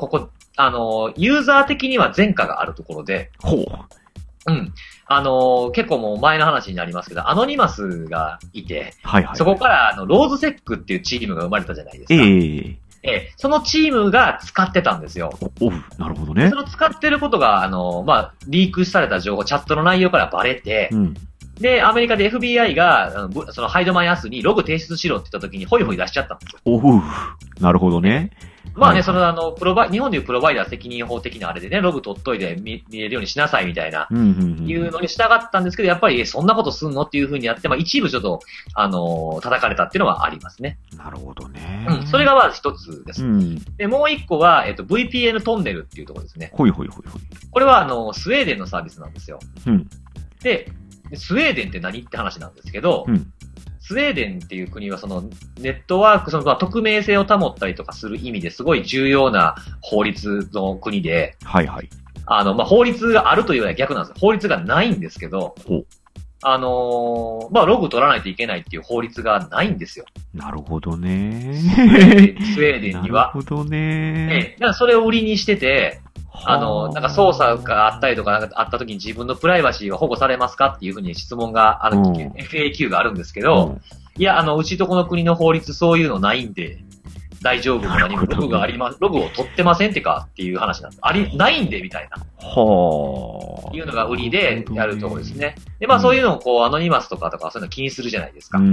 あの、ユーザー的には前科があるところで、 ほう。 うん。あの、結構もう前の話になりますけど、アノニマスがいて、 はいはい。 そこから、あの、ローズセックっていうチームが生まれたじゃないですか。 ええええ、そのチームが使ってたんですよ。 お、おなるほどね。 その使ってることが、あの、まあ、リークされた情報、チャットの内容からバレて、うん、で、アメリカで エフビーアイ が、あのそのハイドマイアスにログ提出しろって言った時にホイホイ出しちゃったんですよ。 おう、なるほどね。 まあね、はい、そのあの、プロバイ、日本でいうプロバイダー責任法的なあれでね、ログ取っといて見、見れるようにしなさいみたいな、うんうんうん、いうのに従ったんですけど、やっぱり、そんなことすんのっていう風にやって、まあ一部ちょっと、あのー、叩かれたっていうのはありますね。 なるほどね。 うん、それがまず一つです。うん、で、もう一個は、えっと、ブイピーエヌ トンネルっていうところですね。 ほいほいほいほい。 これはあの、スウェーデンのサービスなんですよ。 うん。 で、スウェーデンって何って話なんですけど、うん、スウェーデンっていう国はそのネットワーク、そのまあ匿名性を保ったりとかする意味ですごい重要な法律の国で、 はいはい。 あの、まあ、法律があるというよりは逆なんですよ。法律がないんですけど、あのー、まあ、ログ取らないといけないっていう法律がないんですよ。 なるほどね。 スウェーデンには。 なるほどね。 ええ、だからそれを売りにしてて、あの、なんか操作があったりとか、なんかあった時に自分のプライバシーは保護されますかっていうふうに質問が、あの、うん、エフエーキュー があるんですけど、うん、いや、あの、うちとこの国の法律そういうのないんで、大丈夫も何もログがありま、ログを取ってませんってかっていう話なんです。あり、ないんでみたいな。 はあ。いうのが売りでやるところですね。で、まあそういうのをこう、アノニマスとかとかそういうの気にするじゃないですか。うん、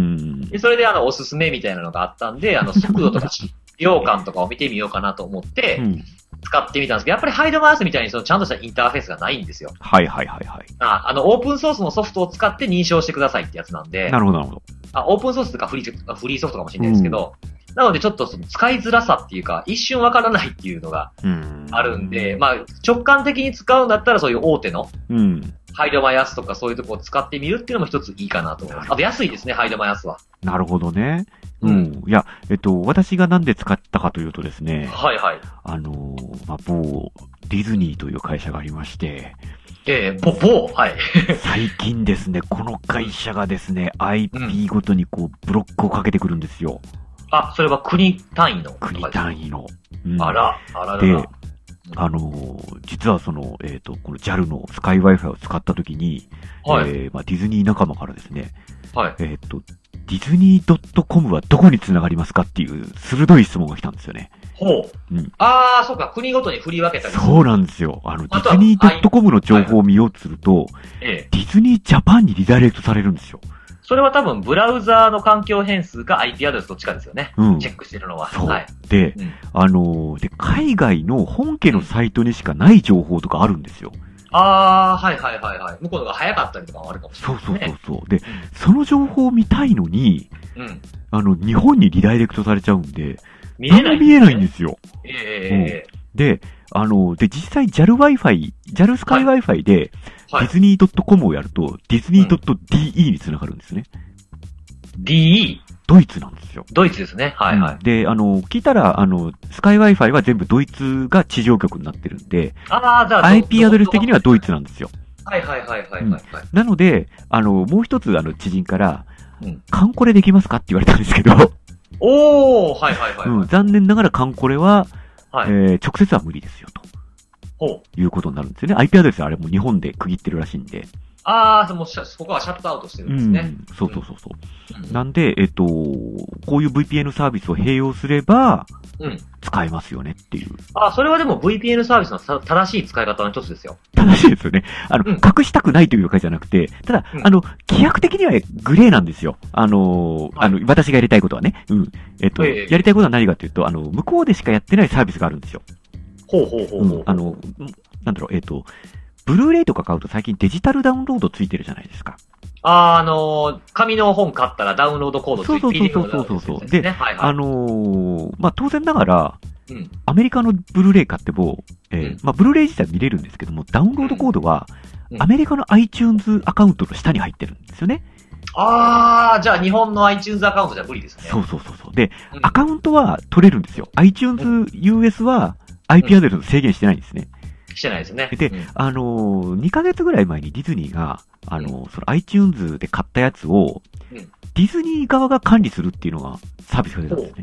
で、それであの、おすすめみたいなのがあったんで、あの、速度とか使用感とかを見てみようかなと思って、うん使ってみたんですけど、やっぱりハイドマウスみたいにそのちゃんとしたインターフェースがないんですよ。 はいはいはいはい。 あ、あの、オープンソースのソフトを使って認証してくださいってやつなんで。 なるほどなるほど。 あ、オープンソースとかフリー、フリーソフトかもしれないですけど、うん、なのでちょっとその使いづらさっていうか、一瞬わからないっていうのがあるんで、んまあ直感的に使うんだったらそういう大手の、うん。ハイドマイアスとかそういうとこを使ってみるっていうのも一ついいかなと思います。あと安いですね、ハイドマイアスは。 なるほどね。うん。いや、えっと、私がなんで使ったかというとですね。 はいはい。 あの、まあ、某、ディズニーという会社がありまして。 ええー、某、はい。 最近ですね、この会社がですね、アイピー ごとにこう、ブロックをかけてくるんですよ。 あ、それは国単位の国単位の。 うん、あら、あららら。 で、あの、実はその、えっ、ー、と、この ジャル のスカイ Wi-Fi を使ったときに、はい、えー、まあ、ディズニー仲間からですね、 はい。 えっ、ー、と、ディズニー .com はどこに繋がりますかっていう鋭い質問が来たんですよね。 ほう。うん。ああ、そうか。国ごとに振り分けたり。 そうなんですよ。あの、ディズニー .com の情報を見ようとすると、ええ、ディズニージャパンにリダイレクトされるんですよ。 それは多分、ブラウザーの環境変数か アイピー アドレスどっちかですよね。うん。チェックしてるのは。 そう。 はい、 で、うん、あのー、で、海外の本家のサイトにしかない情報とかあるんですよ。 ああ、はいはいはいはい。向こうのが早かったりとかもあるかもしれないですね。 そうそうそうそう。で、うん、その情報を見たいのに、うん。あの、日本にリダイレクトされちゃうんで、 見えない、ね。 見えないんですよ。 ええーうん。で、あの、で、実際 ジャル Wi-Fi、ジャル スカイ Wi-Fi で、はい、ディズニー .com をやると、ディズニー .de に繋がるんですね。 ディーイー? ドイツなんですよ。 ドイツですね。はいはい。 うん、で、あの、聞いたら、あの、スカイ Wi-Fi は全部ドイツが地上局になってるんで、 ああ、じゃあ、 アイピー アドレス的にはドイツなんですよ。 はいはいはいはいはい、はいうん。 なので、あの、もう一つ、あの、知人から、うん、カンコレできますかって言われたんですけど、 おー、はいはいはい、はいうん。残念ながらカンコレは、はい、えー、直接は無理ですよ、と。 ほう。 いうことになるんですよね。アイピー アドレスはあれも日本で区切ってるらしいんで。 ああ、もうそこはシャットアウトしてるんですね。 うん、そうそうそうそう、うん。なんで、えっと、こういう ブイピーエヌ サービスを併用すれば、うん。使えますよねっていう。 ああ、それはでも ブイピーエヌ サービスの正しい使い方の一つですよ。 正しいですよね。あの、うん、隠したくないというわけじゃなくて、ただ、うん、あの、規約的にはグレーなんですよ。あの、はい、あの、私がやりたいことはね。うん。えっと、えー、やりたいことは何かというと、あの、向こうでしかやってないサービスがあるんですよ。 ほうほうほうほう。 うん、あの、なんだろう、えっと、ブルーレイとか買うと最近デジタルダウンロードついてるじゃないですか。 あー、あのー、紙の本買ったらダウンロードコードついてる。 そうそうそうそうそう。で、はいはい、あのー、まあ、当然ながら、うん、アメリカのブルーレイ買っても、えーうん、まあ、ブルーレイ自体見れるんですけども、ダウンロードコードは、アメリカの iTunes アカウントの下に入ってるんですよね。 あー、じゃあ日本の iTunes アカウントじゃ無理ですね。 そうそうそうそう。で、うん、アカウントは取れるんですよ。iTunes ユーエス は アイピー アドレス制限してないんですね。 してないですね。 で、うん、あのー、にかげつぐらい前にディズニーが、あのー、うん、その iTunes で買ったやつを、うん、ディズニー側が管理するっていうのがサービスが出たんですね。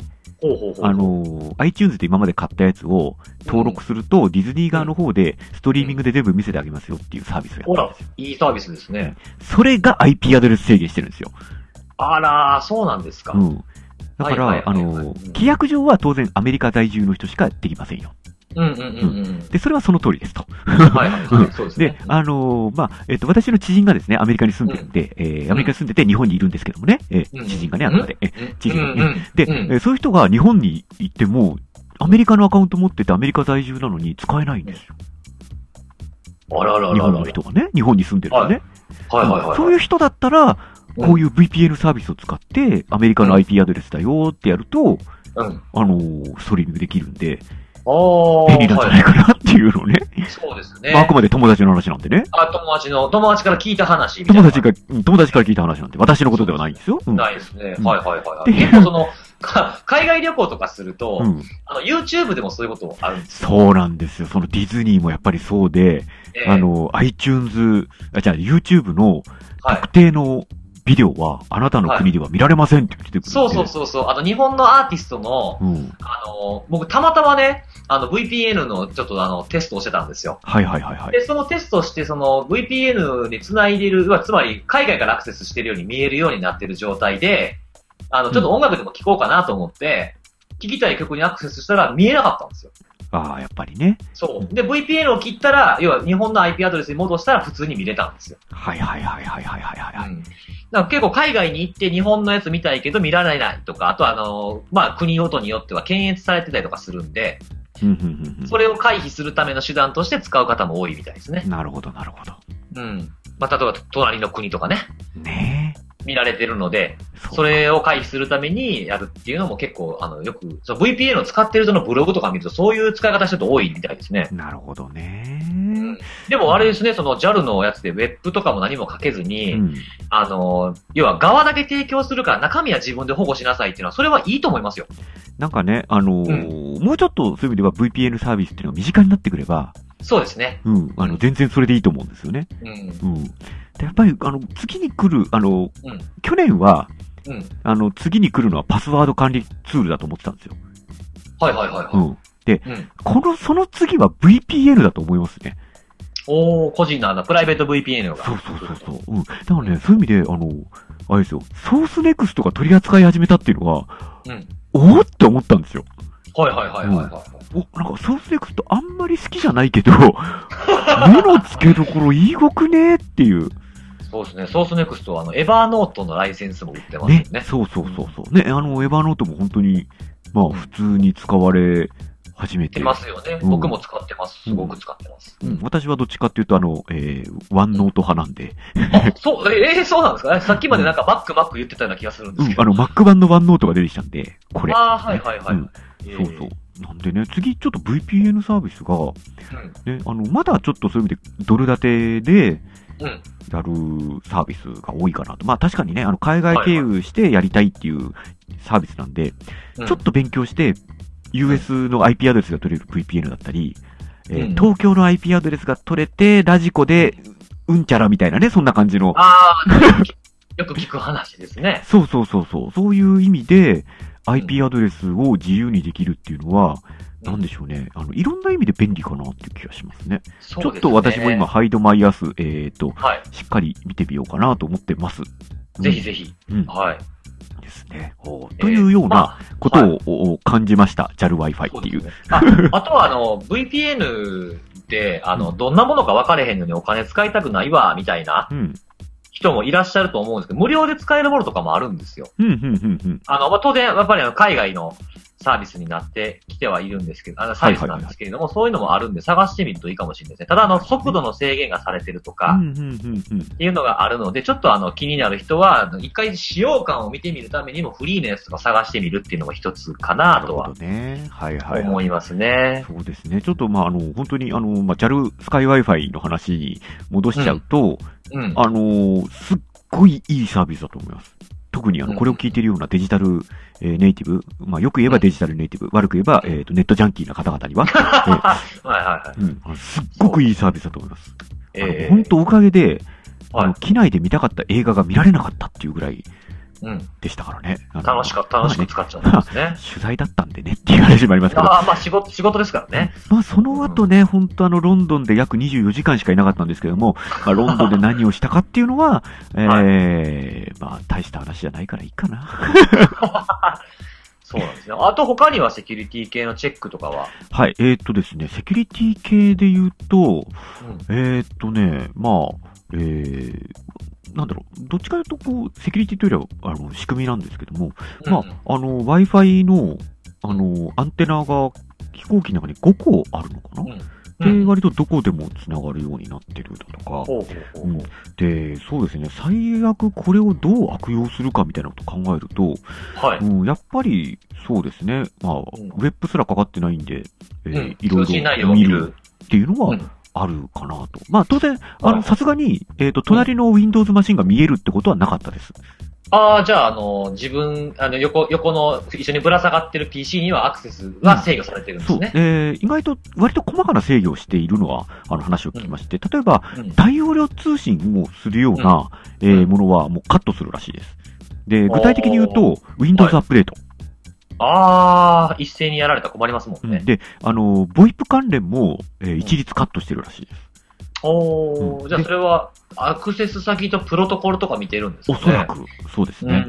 ほうほうほう。 あの、iTunes で今まで買ったやつを登録すると、うん、ディズニー側の方でストリーミングで全部見せてあげますよっていうサービスをやってるんですよ。 ほら、いいサービスですね。 それが アイピー アドレス制限してるんですよ。 あらー、そうなんですか。 うん。だから、あの、規約上は当然アメリカ在住の人しかできませんよ。 うんうんうんうん。 で、それはその通りですと。 はいはいはい。そうですね。 で、あのー、まあ、えっと、私の知人がですね、アメリカに住んでるんで、うん、えー、アメリカに住んでて日本にいるんですけどもね、えー、知人がね、あくまで、え、知人がね。で、えー、そういう人が日本に行っても、アメリカのアカウント持っててアメリカ在住なのに使えないんですよ。 あらららら。 日本の人がね、日本に住んでるんでね。 はいはいはい。 そういう人だったら、こういう ブイピーエヌ サービスを使って、アメリカの アイピー アドレスだよってやると、うん、あのー、ストリーミングできるんで、便利なんじゃないかなっていうのね。 そうですね。 まあ、あくまで友達の話なんでね。 あ、友達の、友達から聞いた話みたいな。 友達が、友達から聞いた話なんで、私のことではないんですよ。 うん、ないですね。うん、はいはいはい。結構その、海外旅行とかすると、うん、あの、YouTube でもそういうことあるんですよ。 そうなんですよ。そのディズニーもやっぱりそうで、えー、あの、iTunes、あ、じゃあ YouTube の特定の、はいビデオは、あなたの国では見られませんって言ってくる、はい。 そうそうそうそう。あの、日本のアーティストの、うん、あの、僕たまたまね、あの、ブイピーエヌ のちょっとあの、テストをしてたんですよ。 はいはいはいはい。 で、そのテストして、その、ブイピーエヌ に繋いでる、つまり、海外からアクセスしてるように見えるようになってる状態で、あの、ちょっと音楽でも聴こうかなと思って、聴、うん、きたい曲にアクセスしたら見えなかったんですよ。 ああ、やっぱりね。 そう。で、ブイピーエヌ を切ったら、要は日本の アイピー アドレスに戻したら普通に見れたんですよ。 はいはいはいはいはいはいはい。うん、 だから結構海外に行って日本のやつ見たいけど見られないとか、あとあの、まあ国ごとによっては検閲されてたりとかするんで、それを回避するための手段として使う方も多いみたいですね。 なるほどなるほど。 うん。まあ例えば隣の国とかね。 ねえ。 見られてるので、それを回避するためにやるっていうのも結構、あの、よく、その ブイピーエヌ を使ってる人のブログとか見ると、そういう使い方してる人多いみたいですね。 なるほどね、 うん。でもあれですね、その ジャル のやつでウェップとかも何も書けずに、うん、あの、要は側だけ提供するから中身は自分で保護しなさいっていうのは、それはいいと思いますよ。 なんかね、あのーうん、もうちょっとそういう意味では ブイピーエヌ サービスっていうのが身近になってくれば、 そうですね。 うん。あの、全然それでいいと思うんですよね。うん。うん。で、やっぱり、あの、次に来る、あの、うん、去年は、うん。あの、次に来るのはパスワード管理ツールだと思ってたんですよ。 はいはいはい、はい。 うん。で、うん、この、その次は ブイピーエヌ だと思いますね。 おー、個人のあの、プライベート ブイピーエヌ が。 そうそうそうそう。うん。だからね、そういう意味で、あの、あれですよ、ソースネクストが取り扱い始めたっていうのは、うん。おーって思ったんですよ。 はいはいはいはい、はいうん。お、なんかソースネクストあんまり好きじゃないけど、目の付けどころいいごくねーっていう。 そうですね。ソースネクストはあの、エバーノートのライセンスも売ってますよね。 ね。そうそうそうそう。ね、あの、エバーノートも本当に、まあ、普通に使われ始めて。 出ますよね、うん。僕も使ってます。すごく使ってます。 うん。うん、私はどっちかっていうと、あの、えー、ワンノート派なんで。 あ、そう、えー、そうなんですか、さっきまでなんか Mac、Mac 言ってたような気がするんですけど。 うん、あの、Mac 版のワンノートが出てきたんで、これ。 ああ、はいはいはい。うんえー、そうそう。なんでね、次ちょっと ブイピーエヌ サービスが、うん、ね、あの、まだちょっとそういう意味でドル建てで、やるサービスが多いかなと。まあ確かにね、あの、海外経由してやりたいっていうサービスなんで、はいはい、ちょっと勉強して、ユーエス の アイピー アドレスが取れる ブイピーエヌ だったり、うんえー、東京の アイピー アドレスが取れて、ラジコで、うんちゃらみたいなね、そんな感じの。 ああ、よく聞く話ですね。 そうそうそうそう。そういう意味で、アイピー アドレスを自由にできるっていうのは、うん、なんでしょうね。あの、いろんな意味で便利かなっていう気がしますね。そうですね。ちょっと私も今、ハイドマイアス、えっ、ー、と、はい、しっかり見てみようかなと思ってます。 ぜひぜひ。うん。はい。 ですね。というようなことを、えーまあはい、感じました。ジャル Wi-Fi っていう。 ね、あ, あとは、あの、ブイピーエヌ で、あの、どんなものか分かれへんのにお金使いたくないわ、みたいな。うん。人もいらっしゃると思うんですけど、無料で使えるものとかもあるんですよ。 うん、うん、うん、うん。 あの、まあ、当然、やっぱりあの海外のサービスになってきてはいるんですけど、あの、サービスなんですけれども、はいはいはい、そういうのもあるんで探してみるといいかもしれないですね。ただ、あの、速度の制限がされてるとか、っていうのがあるので、ちょっとあの、気になる人は、一回使用感を見てみるためにもフリーのやつとか探してみるっていうのも一つかなとは、ね、はいはい、思いますね。 そうですね。ちょっと、まあ、あの、本当に、あの、まあ、ジャル スカイ Wi-Fi の話に戻しちゃうと、うんうん、あの、すっすごいいいサービスだと思います。特にあの、これを聞いているようなデジタル、えー、ネイティブ、まあよく言えばデジタルネイティブ、悪く言えば、えっと、ネットジャンキーな方々には、えー、はいはいはい。うん。すっごくいいサービスだと思います。えー、本当おかげで、あの、機内で見たかった映画が見られなかったっていうぐらい、 でしたからね。 うん、楽しかった、楽しく使っちゃうんですね、まあ。 取材だったんでねっていう話もありますけど。 ああ、まあ仕事、仕事ですからね。 まあその後ね、本当あの、ロンドンで約にじゅうよじかんしかいなかったんですけども、まあロンドンで何をしたかっていうのは、えー、まあ大した話じゃないからいいかな。 そうなんですね。あと他にはセキュリティ系のチェックとかははい、えーっとですね、セキュリティ系で言うと、うん、えーっとね、まあ、えー、なんだろう、どっちかというと、こう、セキュリティというよりは、あの、仕組みなんですけども、うん、まあ、あの、Wi-Fi の、あの、アンテナが飛行機の中にごこあるのかな、うん、で、割とどこでも繋がるようになってるだとか、うん、で、そうですね、最悪これをどう悪用するかみたいなことを考えると、はい、うん、やっぱり、そうですね、まあ、うん、ウェブすらかかってないんで、えーうん、いろいろ見るっていうのは、うんあるかなと。まあ当然、あの、さすがに、えっと、隣の Windows マシンが見えるってことはなかったです。 ああ、じゃあ、あの、自分、あの、横、横の、一緒にぶら下がってる ピーシー にはアクセスは制御されてるんですね。 うん、そう。えー、意外と、割と細かな制御をしているのは、あの話を聞きまして、例えば、うん、大容量通信をするような、うん、えー、ものはもうカットするらしいです。で、具体的に言うと、Windows アップデート。はいああ、一斉にやられたら困りますもんね。 うん、で、あの、ボイプ関連も、えー、一律カットしてるらしいです。 おー、うん、じゃあそれは、アクセス先とプロトコルとか見てるんですかね。 おそらく、そうですね。うん、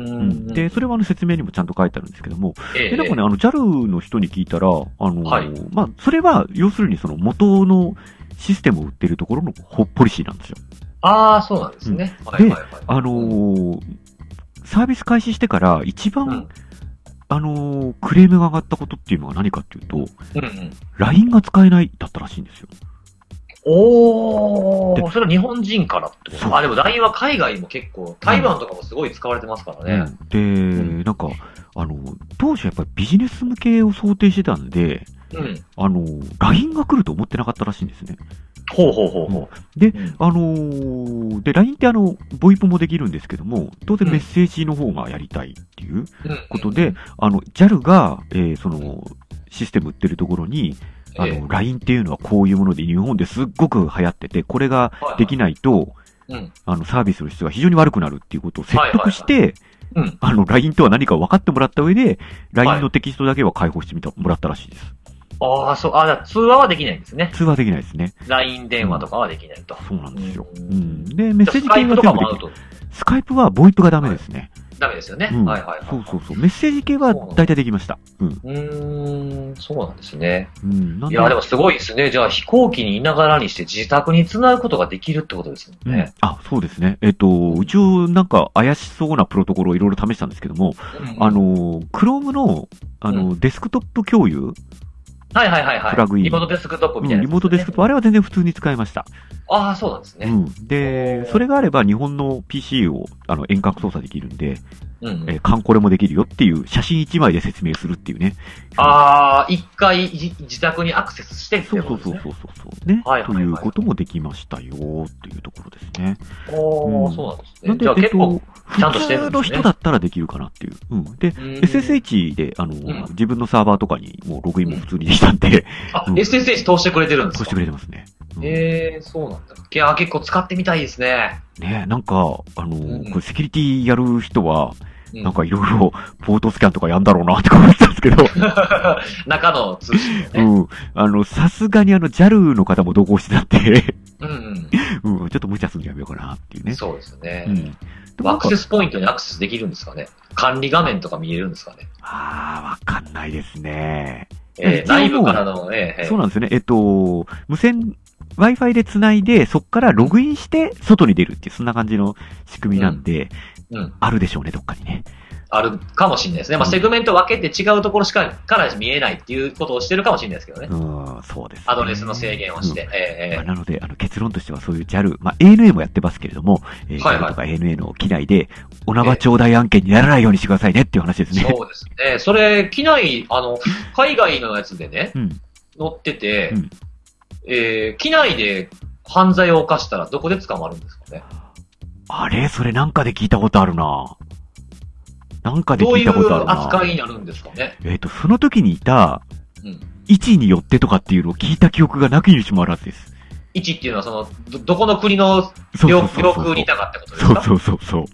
で、それはあの説明にもちゃんと書いてあるんですけども、ええ、でなんかね、あの、ジャル の人に聞いたら、あの、はい、まあ、それは、要するにその元のシステムを売ってるところのポリシーなんですよ。 ああ、そうなんですね。 うん、はいはいはい、で、あのー、サービス開始してから一番、うんあのー、クレームが上がったことっていうのは何かっていうと、うんうん、ライン が使えないだったらしいんですよ。 おー、それは日本人からってこと？あ、でも ライン は海外も結構、台湾とかもすごい使われてますからね。 うん、で、うん、なんか、あの、当初やっぱりビジネス向けを想定してたんで、うん、あの、ライン が来ると思ってなかったらしいんですね。 ほうほうほうほう。で、うん、あのー、で、ライン ってあの、ボイプもできるんですけども、当然メッセージの方がやりたいっていうことで、うん、あの、ジャル が、えー、その、システム売ってるところに、あの、えー、ライン っていうのはこういうもので日本ですっごく流行ってて、これができないと、はいはいうん、あの、サービスの質が非常に悪くなるっていうことを説得して、はいはいはいうん、あの、ライン とは何か分かってもらった上で、ライン のテキストだけは開放してみた、もらったらしいです。 ああ、そう、あ通話はできないんですね。 通話できないですね。 ライン 電話とかはできないと。 うん、そうなんですよ。うん。で、メッセージ系は全部できる。スカイプはボイプがダメですね。はいダメですよね、うん。はいはいはい。 そうそうそう。メッセージ系は大体できました。 うん。うーん、そうなんですね。うん。いや、でもすごいですね。じゃあ飛行機にいながらにして自宅に繋ぐことができるってことですよね。 うん、あ、そうですね。えっと、一応なんか怪しそうなプロトコルをいろいろ試したんですけども、うん、あの、Chrome の、あの、うん、デスクトップ共有はいはいはいはい。 プラグイン。 リモートデスクトップみたいな、ねうん。リモートデスクトップ。あれは全然普通に使えました。 ああ、そうなんですね。 うん。で、それがあれば日本の ピーシー をあの遠隔操作できるんで、うんうん、えー、カンコレもできるよっていう写真一枚で説明するっていうね。 ああ、一回自宅にアクセスしてってことですね。 そうそうそうそうそうね。はいはいはい。ということもできましたよっていうところですね。 おー、うん、そうなんですね。なんで、じゃあ結構、ちゃんとしてるんですね。 普通の人だったらできるかなっていう。うん。で、エスエスエイチ で、あの、うん、自分のサーバーとかにもうログインも普通にできたんで。 あ、うん、エスエスエイチ 通してくれてるんですか？ 通してくれてますね。 うん、ええー、そうなんだ。いや、結構使ってみたいですね。 ねなんか、あの、うん、これセキュリティやる人は、なんかいろいろポートスキャンとかやんだろうなって思ってたんですけど。 中の通信ね。 うん。あの、さすがにあの ジャル の方も同行してたって、うんうん。うん。ちょっと無茶するのやめようかなっていうね。 そうですね。うん。アクセスポイントにアクセスできるんですかね？管理画面とか見えるんですかね？ ああ、わかんないですね。 えー、内部からの、えー、そうなんですよね。えっと、無線、Wi-Fi で繋いで、そっからログインして外に出るっていう、そんな感じの仕組みなんで、うんうん、あるでしょうね、どっかにね。 あるかもしれないですね。まあ、セグメント分けて違うところしか、から見えないっていうことをしてるかもしれないですけどね。 うん、そうです、ね。 アドレスの制限をして。うん、えーまあ、なので、あの、結論としてはそういう ジャル、まあ、エーエヌエー もやってますけれども、えー、はいはい、ジャル とか エーエヌエー の機内で、お縄頂戴案件にならないようにしてくださいねっていう話ですね。 そうですね。それ、機内、あの、海外のやつでね、うん、載ってて、うん、えー、機内で犯罪を犯したらどこで捕まるんですかね？ あれそれなんかで聞いたことあるな。なんかで聞いたことあるな。 どういう扱いになるんですかね？ えっと、その時にいた、位置によってとかっていうのを聞いた記憶がなきにしもあらずです。 位置っていうのはその、ど、どこの国の領空にいたかってことですか？ そうそうそうそう。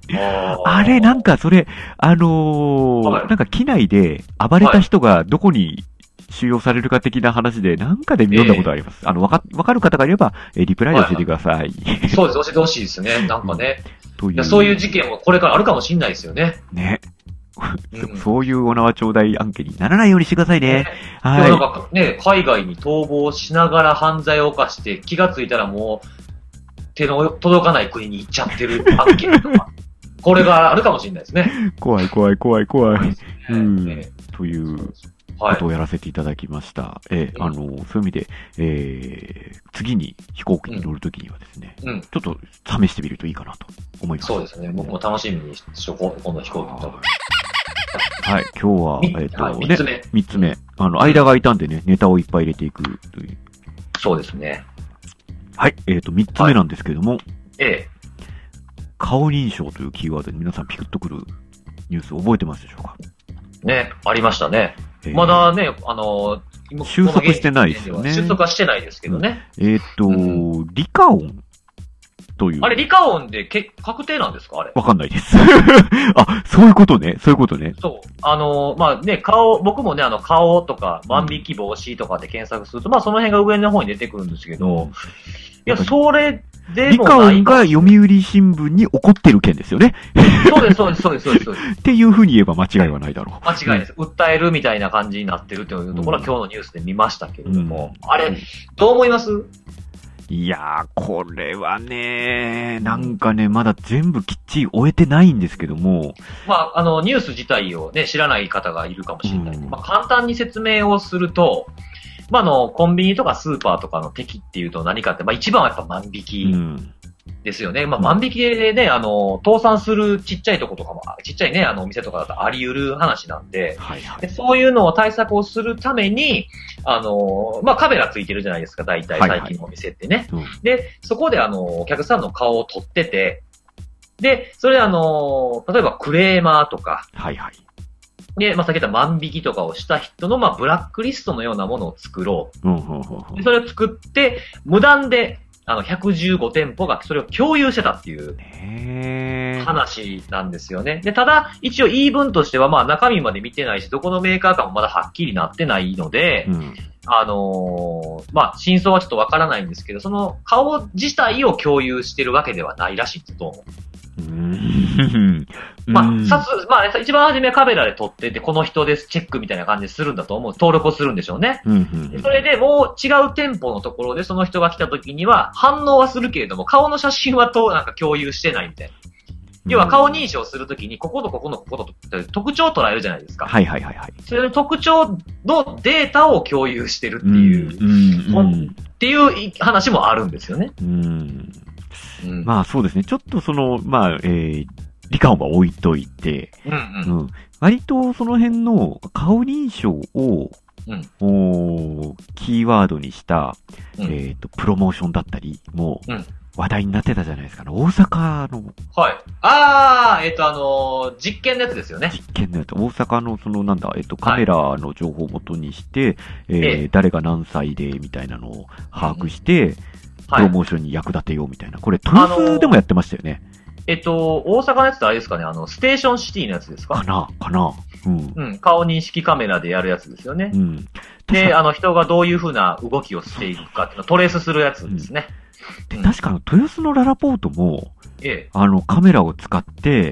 あれ、なんかそれ、あのーはい、なんか機内で暴れた人がどこに収容されるか的な話で、なんかで読んだことあります。えー、あの、わか、わかる方がいれば、えー、リプライで教えてください。はいはい、 そうです、教えてほしいですね。なんかね。うん、いやそういう事件もこれからあるかもしれないですよね。 ね。うん、そういうお縄頂戴案件にならないようにしてくださいね。ねはい。なんかね、海外に逃亡しながら犯罪を犯して気がついたらもう手の届かない国に行っちゃってる案件とか。これがあるかもしれないですね。 怖い怖い怖い怖い。うん、ね。ということをやらせていただきました。はい、えー、あの、そういう意味で、えー、次に飛行機に乗るときにはですね、うん、ちょっと試してみるといいかなと思います。 そうですね。僕も楽しみにしとこう、今度飛行機の時。 はい、今日は、えっ、ー、と、 はい、三つ目。 三つ目。あの、間が空いたんでね、ネタをいっぱい入れていくという。 そうですね。 はい、えっ、ー、と、三つ目なんですけれども、はい、 ええ。 顔認証というキーワードに皆さんピクッとくるニュース覚えてますでしょうか？ ね、ありましたね。えー、まだね、あのー、収束してないですよね。 収束はしてないですけどね。 うん、えっ、ー、と、うん、リカオンという。 あれ、リカオンでけ確定なんですかあれ。 わかんないです。あ、そういうことね。そういうことね。 そう。あのー、まあね、顔、僕もね、あの、顔とか、万引き防止とかで検索すると、うん、まあその辺が上の方に出てくるんですけど、うん、いや、それでもリカオンが読売新聞に怒ってる件ですよね。 そうです、そうです、そうです、そうです。 っていうふうに言えば間違いはないだろう。 間違いです。うん、訴えるみたいな感じになってるというところは今日のニュースで見ましたけれども、うん、あれ、どう思います？ いやー、これはね、なんかね、まだ全部きっちり終えてないんですけども。 まあ、あの、ニュース自体をね、知らない方がいるかもしれない。うん、まあ、簡単に説明をすると、まあ、あの、コンビニとかスーパーとかの敵っていうと何かって、まあ、一番はやっぱ万引きですよね。うん、まあ、万引きでね、あの、倒産するちっちゃいとことかも、ちっちゃいね、あの、お店とかだとあり得る話なんで、はいはい、でそういうのを対策をするために、あの、まあ、カメラついてるじゃないですか、大体最近のお店ってね。はいはい、で、そこであの、お客さんの顔を撮ってて、で、それであの、例えばクレーマーとか、 はいはい。 で、まあ、さっき言った万引きとかをした人の、まあ、ブラックリストのようなものを作ろう。うんうんうん、でそれを作って、無断で、あの、ひゃくじゅうごてんぽがそれを共有してたっていう話なんですよね。で、ただ、一応言い分としては、まあ、中身まで見てないし、どこのメーカーかもまだはっきりなってないので、うん、あのー、まあ、真相はちょっとわからないんですけど、その顔自体を共有してるわけではないらしいんです、どうも。うーんまあ、さす、まあ、一番初めはカメラで撮ってて、この人です、チェックみたいな感じでするんだと思う。登録をするんでしょうね。うんうんうん、それでもう違う店舗のところでその人が来た時には反応はするけれども、顔の写真はと、なんか共有してないみたいな。要は顔認証するときに、こことここのここと特徴を捉えるじゃないですか。 はいはいはいはい。 それの特徴のデータを共有してるっていう、うんうんうん、っていう話もあるんですよね。うんうん、まあそうですね。ちょっとその、まあ、えー、理解は置いといて、うんうんうん、割とその辺の顔認証を、うん、おキーワードにした、うん、えっと、プロモーションだったりも、うん話題になってたじゃないですかね。大阪の。 はい。あー、えっ、ー、と、あのー、実験のやつですよね。 実験のやつ。大阪の、その、なんだ、えっ、ー、と、カメラの情報を元にして、はい、えーえー、誰が何歳で、みたいなのを把握して、うん、プロモーションに役立てようみたいな。これ、豊洲でもやってましたよね。 えっと、大阪のやつってあれですかね、あの、ステーションシティのやつですか？ かなかなうん。うん。顔認識カメラでやるやつですよね。うん。で、あの、人がどういう風な動きをしていくかっていうのをトレースするやつですね。 うん、で、確かの、豊洲のララポートも、ええ、あの、カメラを使って、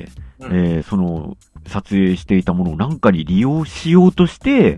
うん、えー、その、撮影していたものをなんかに利用しようとして、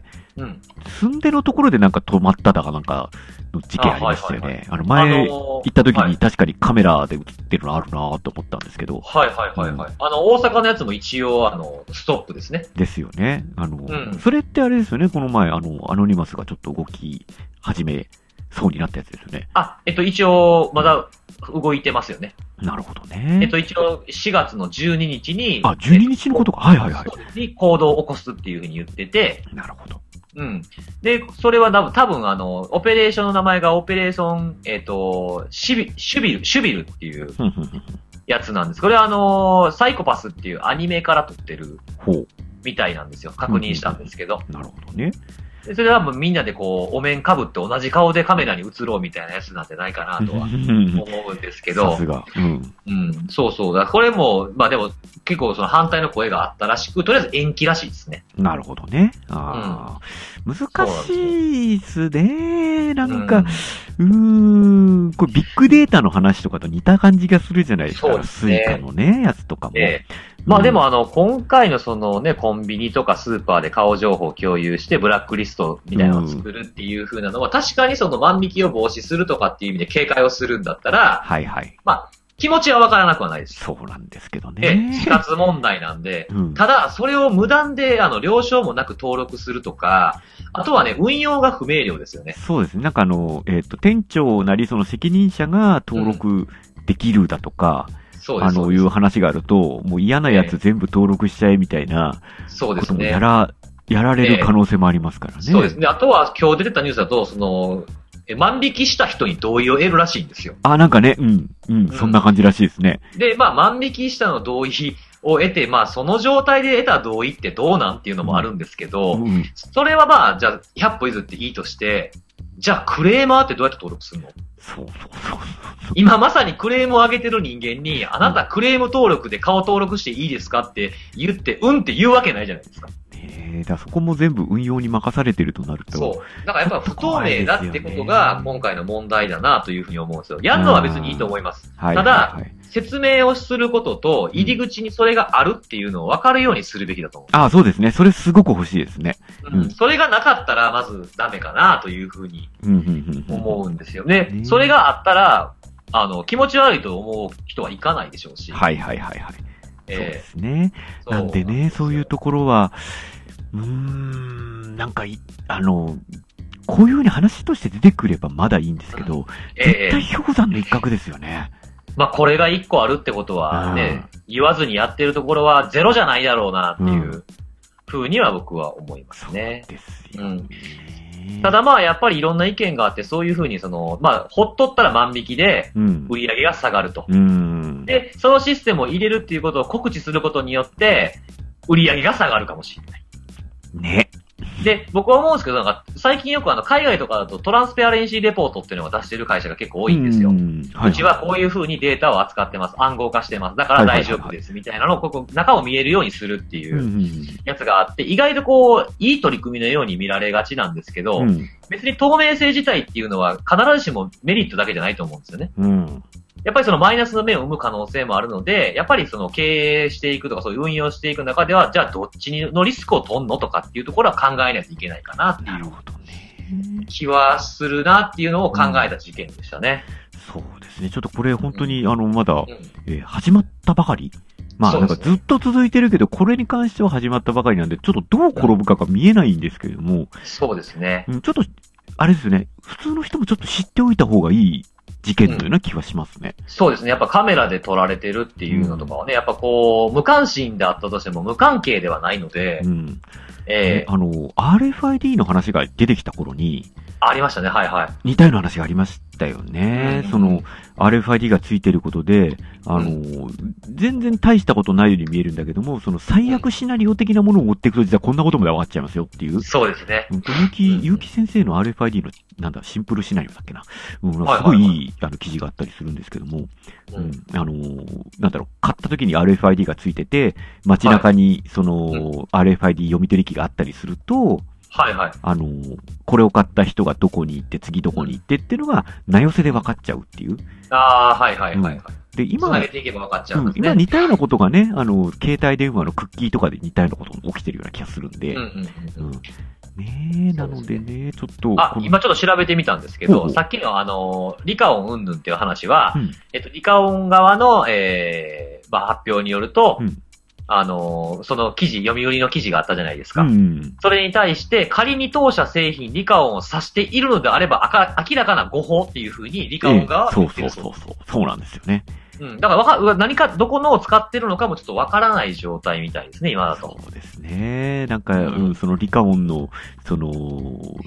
うん、住んでのところでなんか止まっただかなんかの事件ありましたよね。あ、はいはいはい、あの前、あのー、行った時に確かにカメラで映ってるのあるなぁと思ったんですけど。 はいはいはいはい。うん、あの、大阪のやつも一応あの、ストップですね。 ですよね。あの、うん、それってあれですよね。この前、あの、アノニマスがちょっと動き始めそうになったやつですよね。 あ、えっと一応、まだ動いてますよね。 なるほどね。 えっと、一応、しがつのじゅうににちに、 あ、じゅうににちのことか。はいはいはい。 に行動を起こすっていうふうに言ってて。 なるほど。 うん。で、それは多分、多分あの、オペレーションの名前がオペレーション、えっと、シビ、シュビル、シュビルっていうやつなんです。これはあの、サイコパスっていうアニメから撮ってるみたいなんですよ。確認したんですけど。 なるほどね。 それはもうみんなでこう、お面被って同じ顔でカメラに映ろうみたいなやつなんてないかなとは思うんですけど。 さすが。うん。 うん。そうそう。だこれも、まあでも結構その反対の声があったらしく、とりあえず延期らしいですね。 なるほどね。ああ、うん、難しいですね。なんか、うん、うーん、これビッグデータの話とかと似た感じがするじゃないですか。そうですね。スイカのね、やつとかも。ええまあでもあの、今回のそのね、コンビニとかスーパーで顔情報を共有してブラックリストみたいなのを作るっていう風なのは、確かにその万引きを防止するとかっていう意味で警戒をするんだったら、 はいはい。 まあ、気持ちはわからなくはないです。 そうなんですけどね。 え、死活問題なんで、 うん、 ただ、それを無断で、あの、了承もなく登録するとか、あとはね、運用が不明瞭ですよね。 そうですね。なんかあの、えっ、ー、と、店長なりその責任者が登録できるだとか、うんそうです。あの、いう話があると、もう嫌なやつ全部登録しちゃえみたいな、そうですね。こともやら、やられる可能性もありますからね。 そうですね。あとは今日出てたニュースだと、その、万引きした人に同意を得るらしいんですよ。 あ、なんかね、うん、うん、そんな感じらしいですね。 で、まあ、万引きしたの同意を得て、まあ、その状態で得た同意ってどうなんっていうのもあるんですけど、うんうん、それはまあ、じゃあ、ひゃっぽ譲っていいとして、じゃあ、クレーマーってどうやって登録するの？ そうそうそう。 今まさにクレームを上げてる人間に、あなたクレーム登録で顔登録していいですかって言って、うんって言うわけないじゃないですか。 ええ、だそこも全部運用に任されてるとなると。 そう。だからやっぱ不透明だってことが今回の問題だなというふうに思うんですよ。やるのは別にいいと思います。ただ、はいはいはい、説明をすることと、入り口にそれがあるっていうのを分かるようにするべきだと思う。 ああ、そうですね。それすごく欲しいですね。 うん。うん、それがなかったら、まずダメかなというふうに思うんですよね。で、それがあったら、あの、気持ち悪いと思う人はいかないでしょうし。 はいはいはいはい。えー、そうですね。なんでね、そういうところは、うーん、なんかい、あの、こういうふうに話として出てくればまだいいんですけど、うんえー、絶対氷山の一角ですよね。 まあこれが一個あるってことはね、言わずにやってるところはゼロじゃないだろうなっていうふうには僕は思いますね。 そうですよね。 うん、ただまあやっぱりいろんな意見があって、そういうふうにその、まあほっとったら万引きで売り上げが下がると。うん、で、そのシステムを入れるっていうことを告知することによって、売り上げが下がるかもしれない。 ね。 で、僕は思うんですけど、なんか、最近よくあの、海外とかだとトランスペアレンシーレポートっていうのを出してる会社が結構多いんですよ。うんはいはい、うちはこういう風にデータを扱ってます。暗号化してます。だから大丈夫です。みたいなのを、ここ、中を見えるようにするっていうやつがあって、意外とこう、いい取り組みのように見られがちなんですけど、うん、別に透明性自体っていうのは必ずしもメリットだけじゃないと思うんですよね。うんやっぱりそのマイナスの面を生む可能性もあるので、やっぱりその経営していくとかそういう運用していく中では、じゃあどっちのリスクを取んのとかっていうところは考えないといけないかなっていう気はするなっていうのを考えた事件でしたね。 うん、そうですね。ちょっとこれ本当に、うん、あの、まだ、うんえー、始まったばかりまあなんかずっと続いてるけど、これに関しては始まったばかりなんで、ちょっとどう転ぶかが見えないんですけれども。 そうですね。 ちょっと、あれですよね。普通の人もちょっと知っておいた方がいい事件のような気はしますね、 うん。そうですね。やっぱカメラで撮られてるっていうのとかはね、うん、やっぱこう、無関心であったとしても無関係ではないので、うん、 えー、あの、アールエフアイディー の話が出てきた頃に、 ありましたね、はいはい。 似たような話がありましたよね。うん、その、アールエフアイディー がついてることで、あの、うん、全然大したことないように見えるんだけども、その最悪シナリオ的なものを持っていくと実はこんなことまで分かっちゃいますよっていう。 そうですね。 うん、ゆうき、ゆうき先生の アールエフアイディー の、なんだ、シンプルシナリオだっけな。うん、すごいいい、はいはいはい、あの、記事があったりするんですけども、うん、あの、なんだろう、買った時に アールエフアイディー がついてて、街中に、その、はい、アールエフアイディー 読み取り機があったりすると、 はいはい。 あの、これを買った人がどこに行って、次どこに行ってっていうのが、名寄せで分かっちゃうっていう。 ああ、はいはいはい、はい。うん、 で、今、 繋げていけば分かっちゃうんですね、 うん。今似たようなことがね、あの、携帯電話のクッキーとかで似たようなことが起きてるような気がするんで。うんうんうん。うん、ねえ、なのでね、ちょっと。 あ、今ちょっと調べてみたんですけど、さっきのあの、リカオン云々っていう話は、うん、えっと、リカオン側の、えー、まあ、発表によると、うんあのー、その記事、読売の記事があったじゃないですか。うん、それに対して、仮に当社製品、リカオンを指しているのであれば、あか明らかな誤報っていうふうに、リカオン側は言ってるそう。 そうそうそう。そうなんですよね。 うん。だからわか、何か、どこのを使ってるのかもちょっとわからない状態みたいですね、今だと。 そうですね。なんか、うん、そのリカオンの、その、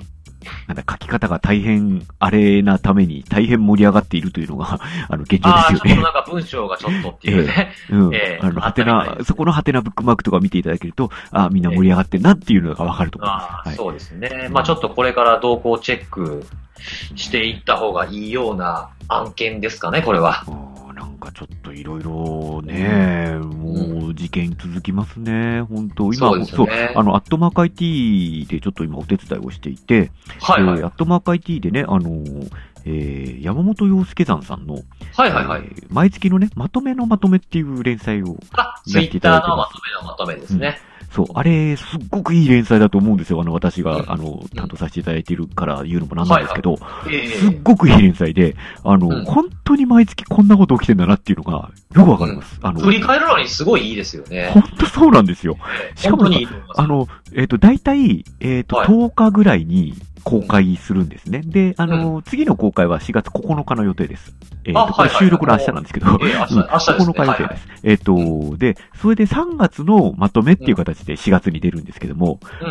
なんだ、書き方が大変、あれなために大変盛り上がっているというのが、あの、現状ですよね。ああ、ちょっとなんか文章がちょっとっていうね。 えー、うん。えー、あの、はてな、そこのはてなブックマークとか見ていただけると、あみんな盛り上がってんなっていうのがわかると思います。 あはい、そうですね。まあちょっとこれから動向チェックしていった方がいいような案件ですかね、これは。 なんかちょっといろいろね、もう事件続きますね、本当今もそう、ね、そう、あの、アットマーク アイティー でちょっと今お手伝いをしていて、はいはい、えー、アットマーク アイティー でね、あの、えー、山本洋介山さんの、 はいはいはい、 えー、毎月のね、まとめのまとめっていう連載をやっていただいてます。ツイッターのまとめのまとめですね。 うんそう、あれ、すっごくいい連載だと思うんですよ。あの、私が、あの、担当させていただいているから言うのもなんなんですけど、すっごくいい連載で、あの、本当に毎月こんなこと起きてんだなっていうのが、よくわかります。あの、 振り返るのにすごいいいですよね。 本当そうなんですよ。しかも、あの、えっと、大体、えっと、とおかぐらいに、公開するんですね。で、あの、うん、次の公開はしがつここのかの予定です。えっ、ー、と、これ収録の明日なんですけど、ここのか予定です。えっ、ー、と、で、それでさんがつのまとめっていう形でしがつに出るんですけども、うんうん、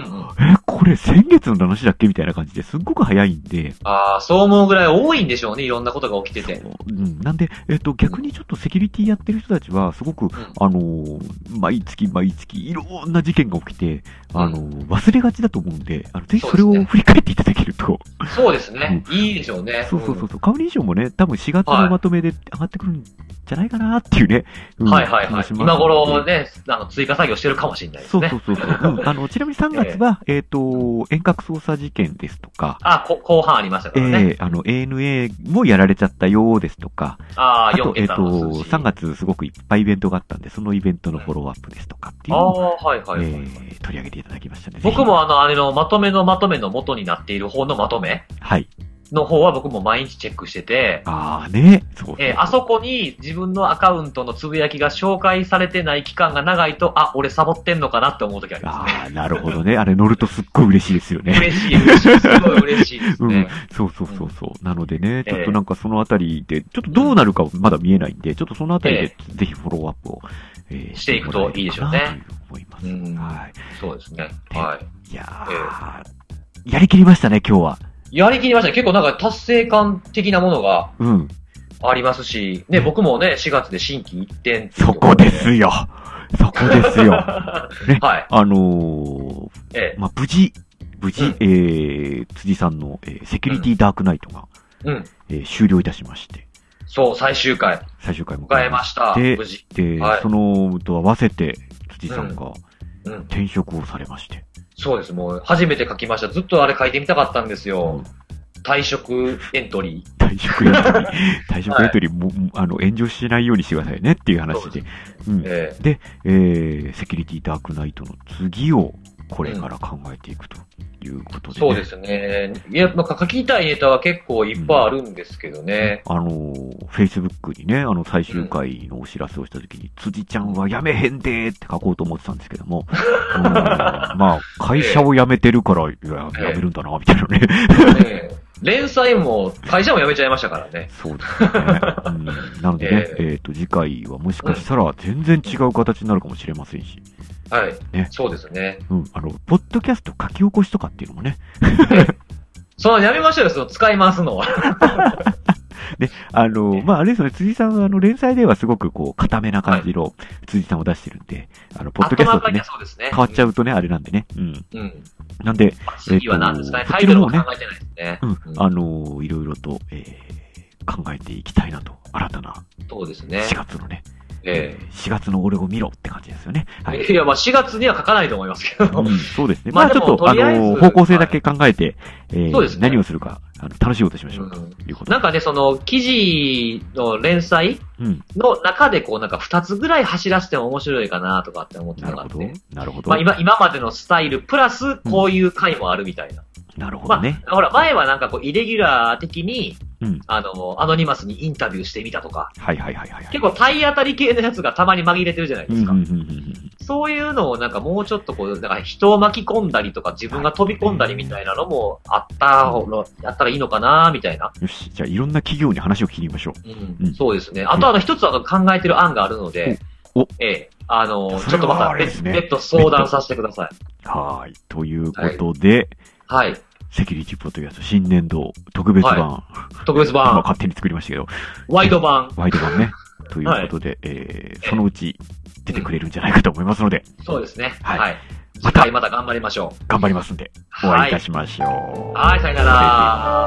え、これ先月の話だっけみたいな感じですっごく早いんで。 ああ、そう思うぐらい多いんでしょうね、いろんなことが起きてて。 うん、なんで、えっ、ー、と、逆にちょっとセキュリティやってる人たちは、すごく、うん、あのー、毎月毎月いろんな事件が起きて、あのー、忘れがちだと思うんで、あの、ぜひそれを振り返っていただけると。 そうですね。うん、いいでしょうね。 そうそうそうそう。顔認証もね、多分しがつのまとめで上がってくるんじゃないかなっていうね。 うん、はいはいはい。今頃ね、あの、追加作業してるかもしれないですね。 そうそうそうそう、うん。あの、ちなみにさんがつは、えっ、ー、と、遠隔操作事件ですとか。 あ、こ後半ありましたからね。 えー、あの、エーエヌエー もやられちゃったようですとか。 ああ、 あと、えっ、ー、と、さんがつすごくいっぱいイベントがあったんで、そのイベントのフォローアップですとかっていうのを、 ああ、はいはいはい、はい、 えー。取り上げていただきましたね。 僕もあの、あれのまとめのまとめの元になっている方のまとめ。 はい。 の方は僕も毎日チェックしてて、 ああね、そうそうそう、 えー、あそこに自分のアカウントのつぶやきが紹介されてない期間が長いと、あ、俺サボってんのかなって思う時ありますね。 ああ、なるほどね。あれ乗るとすっごい嬉しいですよね。 嬉しい、嬉しい、すごい嬉しいですね。 うん、そうそうそうそう、うん。なのでね、ちょっとなんかそのあたりで、ちょっとどうなるかまだ見えないんで、ちょっとそのあたりでぜひフォローアップを、 えー、していくといいでしょうね。 と思います。 うん、 はい。 そうですね。はい。いやー、えー、やりきりましたね、今日は。 やりきりましたね。結構なんか達成感的なものがありますし、うん、ね、僕もね、しがつで心機一転。 そこですよ。そこですよ。ね、 はい。 あのー、 ええ、 まあ、無事、無事、うん、えー、辻さんの、えー、セキュリティダークナイトが、 うん、 えー、終了いたしまして。 そう、最終回。 最終回迎えました。 で、 無事。 で、はい、そのと合わせて、辻さんが、転職をされまして。 うんうんそうです。もう、初めて書きました。ずっとあれ書いてみたかったんですよ。うん、退職エントリー。 退職エントリー。退職エントリーも、はい、あの、炎上しないようにしてくださいねっていう話で。うん、えー、で、えー、セキュリティダークナイトの次を、これから考えていくということで、ねうん、そうですね。いや、なんか書きたいネタは結構いっぱいあるんですけどね。 うん、あの、Facebook にね、あの、最終回のお知らせをしたときに、うん、辻ちゃんは辞めへんでーって書こうと思ってたんですけども、うん、まあ、会社を辞めてるから、いや、辞めるんだな、みたいなね。 えー連載も、会社も辞めちゃいましたからね。 そうですね。うん、なのでね、えっ、ー、と、次回はもしかしたら全然違う形になるかもしれませんし。 はい。ね。そうですね。 うん。あの、ポッドキャスト書き起こしとかっていうのもね。 そのやめましょうよ、その使い回すのは。 で、あの、まあ、あれですよね、辻さんは、あの、連載ではすごく、こう、固めな感じの辻さんを出してるんで、あの、ポッドキャストってね、変わっちゃうとね、あれなんでね。うん。 うん。 なんで、 次は何ですかね、タイトルも考えてないですね。 うん。あの、いろいろと、えー、考えていきたいなと、新たな。 そうですね。 しがつのね。 ええー、しがつの俺を見ろって感じですよね。 はい。いや、まあしがつには書かないと思いますけど。 うん、そうですね。まあちょっと、あの、方向性だけ考えて、はい、えー、そうですね。何をするか、あの、楽しいことしましょうということ、 うん。なんかね、その、記事の連載の中で、こう、なんか二つぐらい走らせても面白いかなとかって思ってたのがあって。 なるほど。なるほど。 まあ今、今までのスタイル、プラス、こういう回もあるみたいな。 うん、なるほどね。 まあ、ほら、前はなんかこう、イレギュラー的に、 うん、 あの、アノニマスにインタビューしてみたとか。 はいはいはいはい、はい。 結構体当たり系のやつがたまに紛れてるじゃないですか。 うんうんうんうん、 そういうのをなんかもうちょっとこう、だから人を巻き込んだりとか自分が飛び込んだりみたいなのもあった方の、やったらいいのかなみたいな。 よし、じゃあいろんな企業に話を聞きましょう。 うん。うん、そうですね。あとあの一つあの考えてる案があるので、 おええ、あの、ちょっとまた別、ね、別途相談させてください。 はい。ということで、 はい。 セキュリティポッドキャスト新年度特別版。はい、 特別版。 今勝手に作りましたけど。 ワイド版。 ワイド版ね。ということで、はい、えー、そのうち出てくれるんじゃないかと思いますので。 そうですね。はい。はい、次回また頑張りましょう。 頑張りますんで、お会いいたしましょう。 はい、はい、さよなら。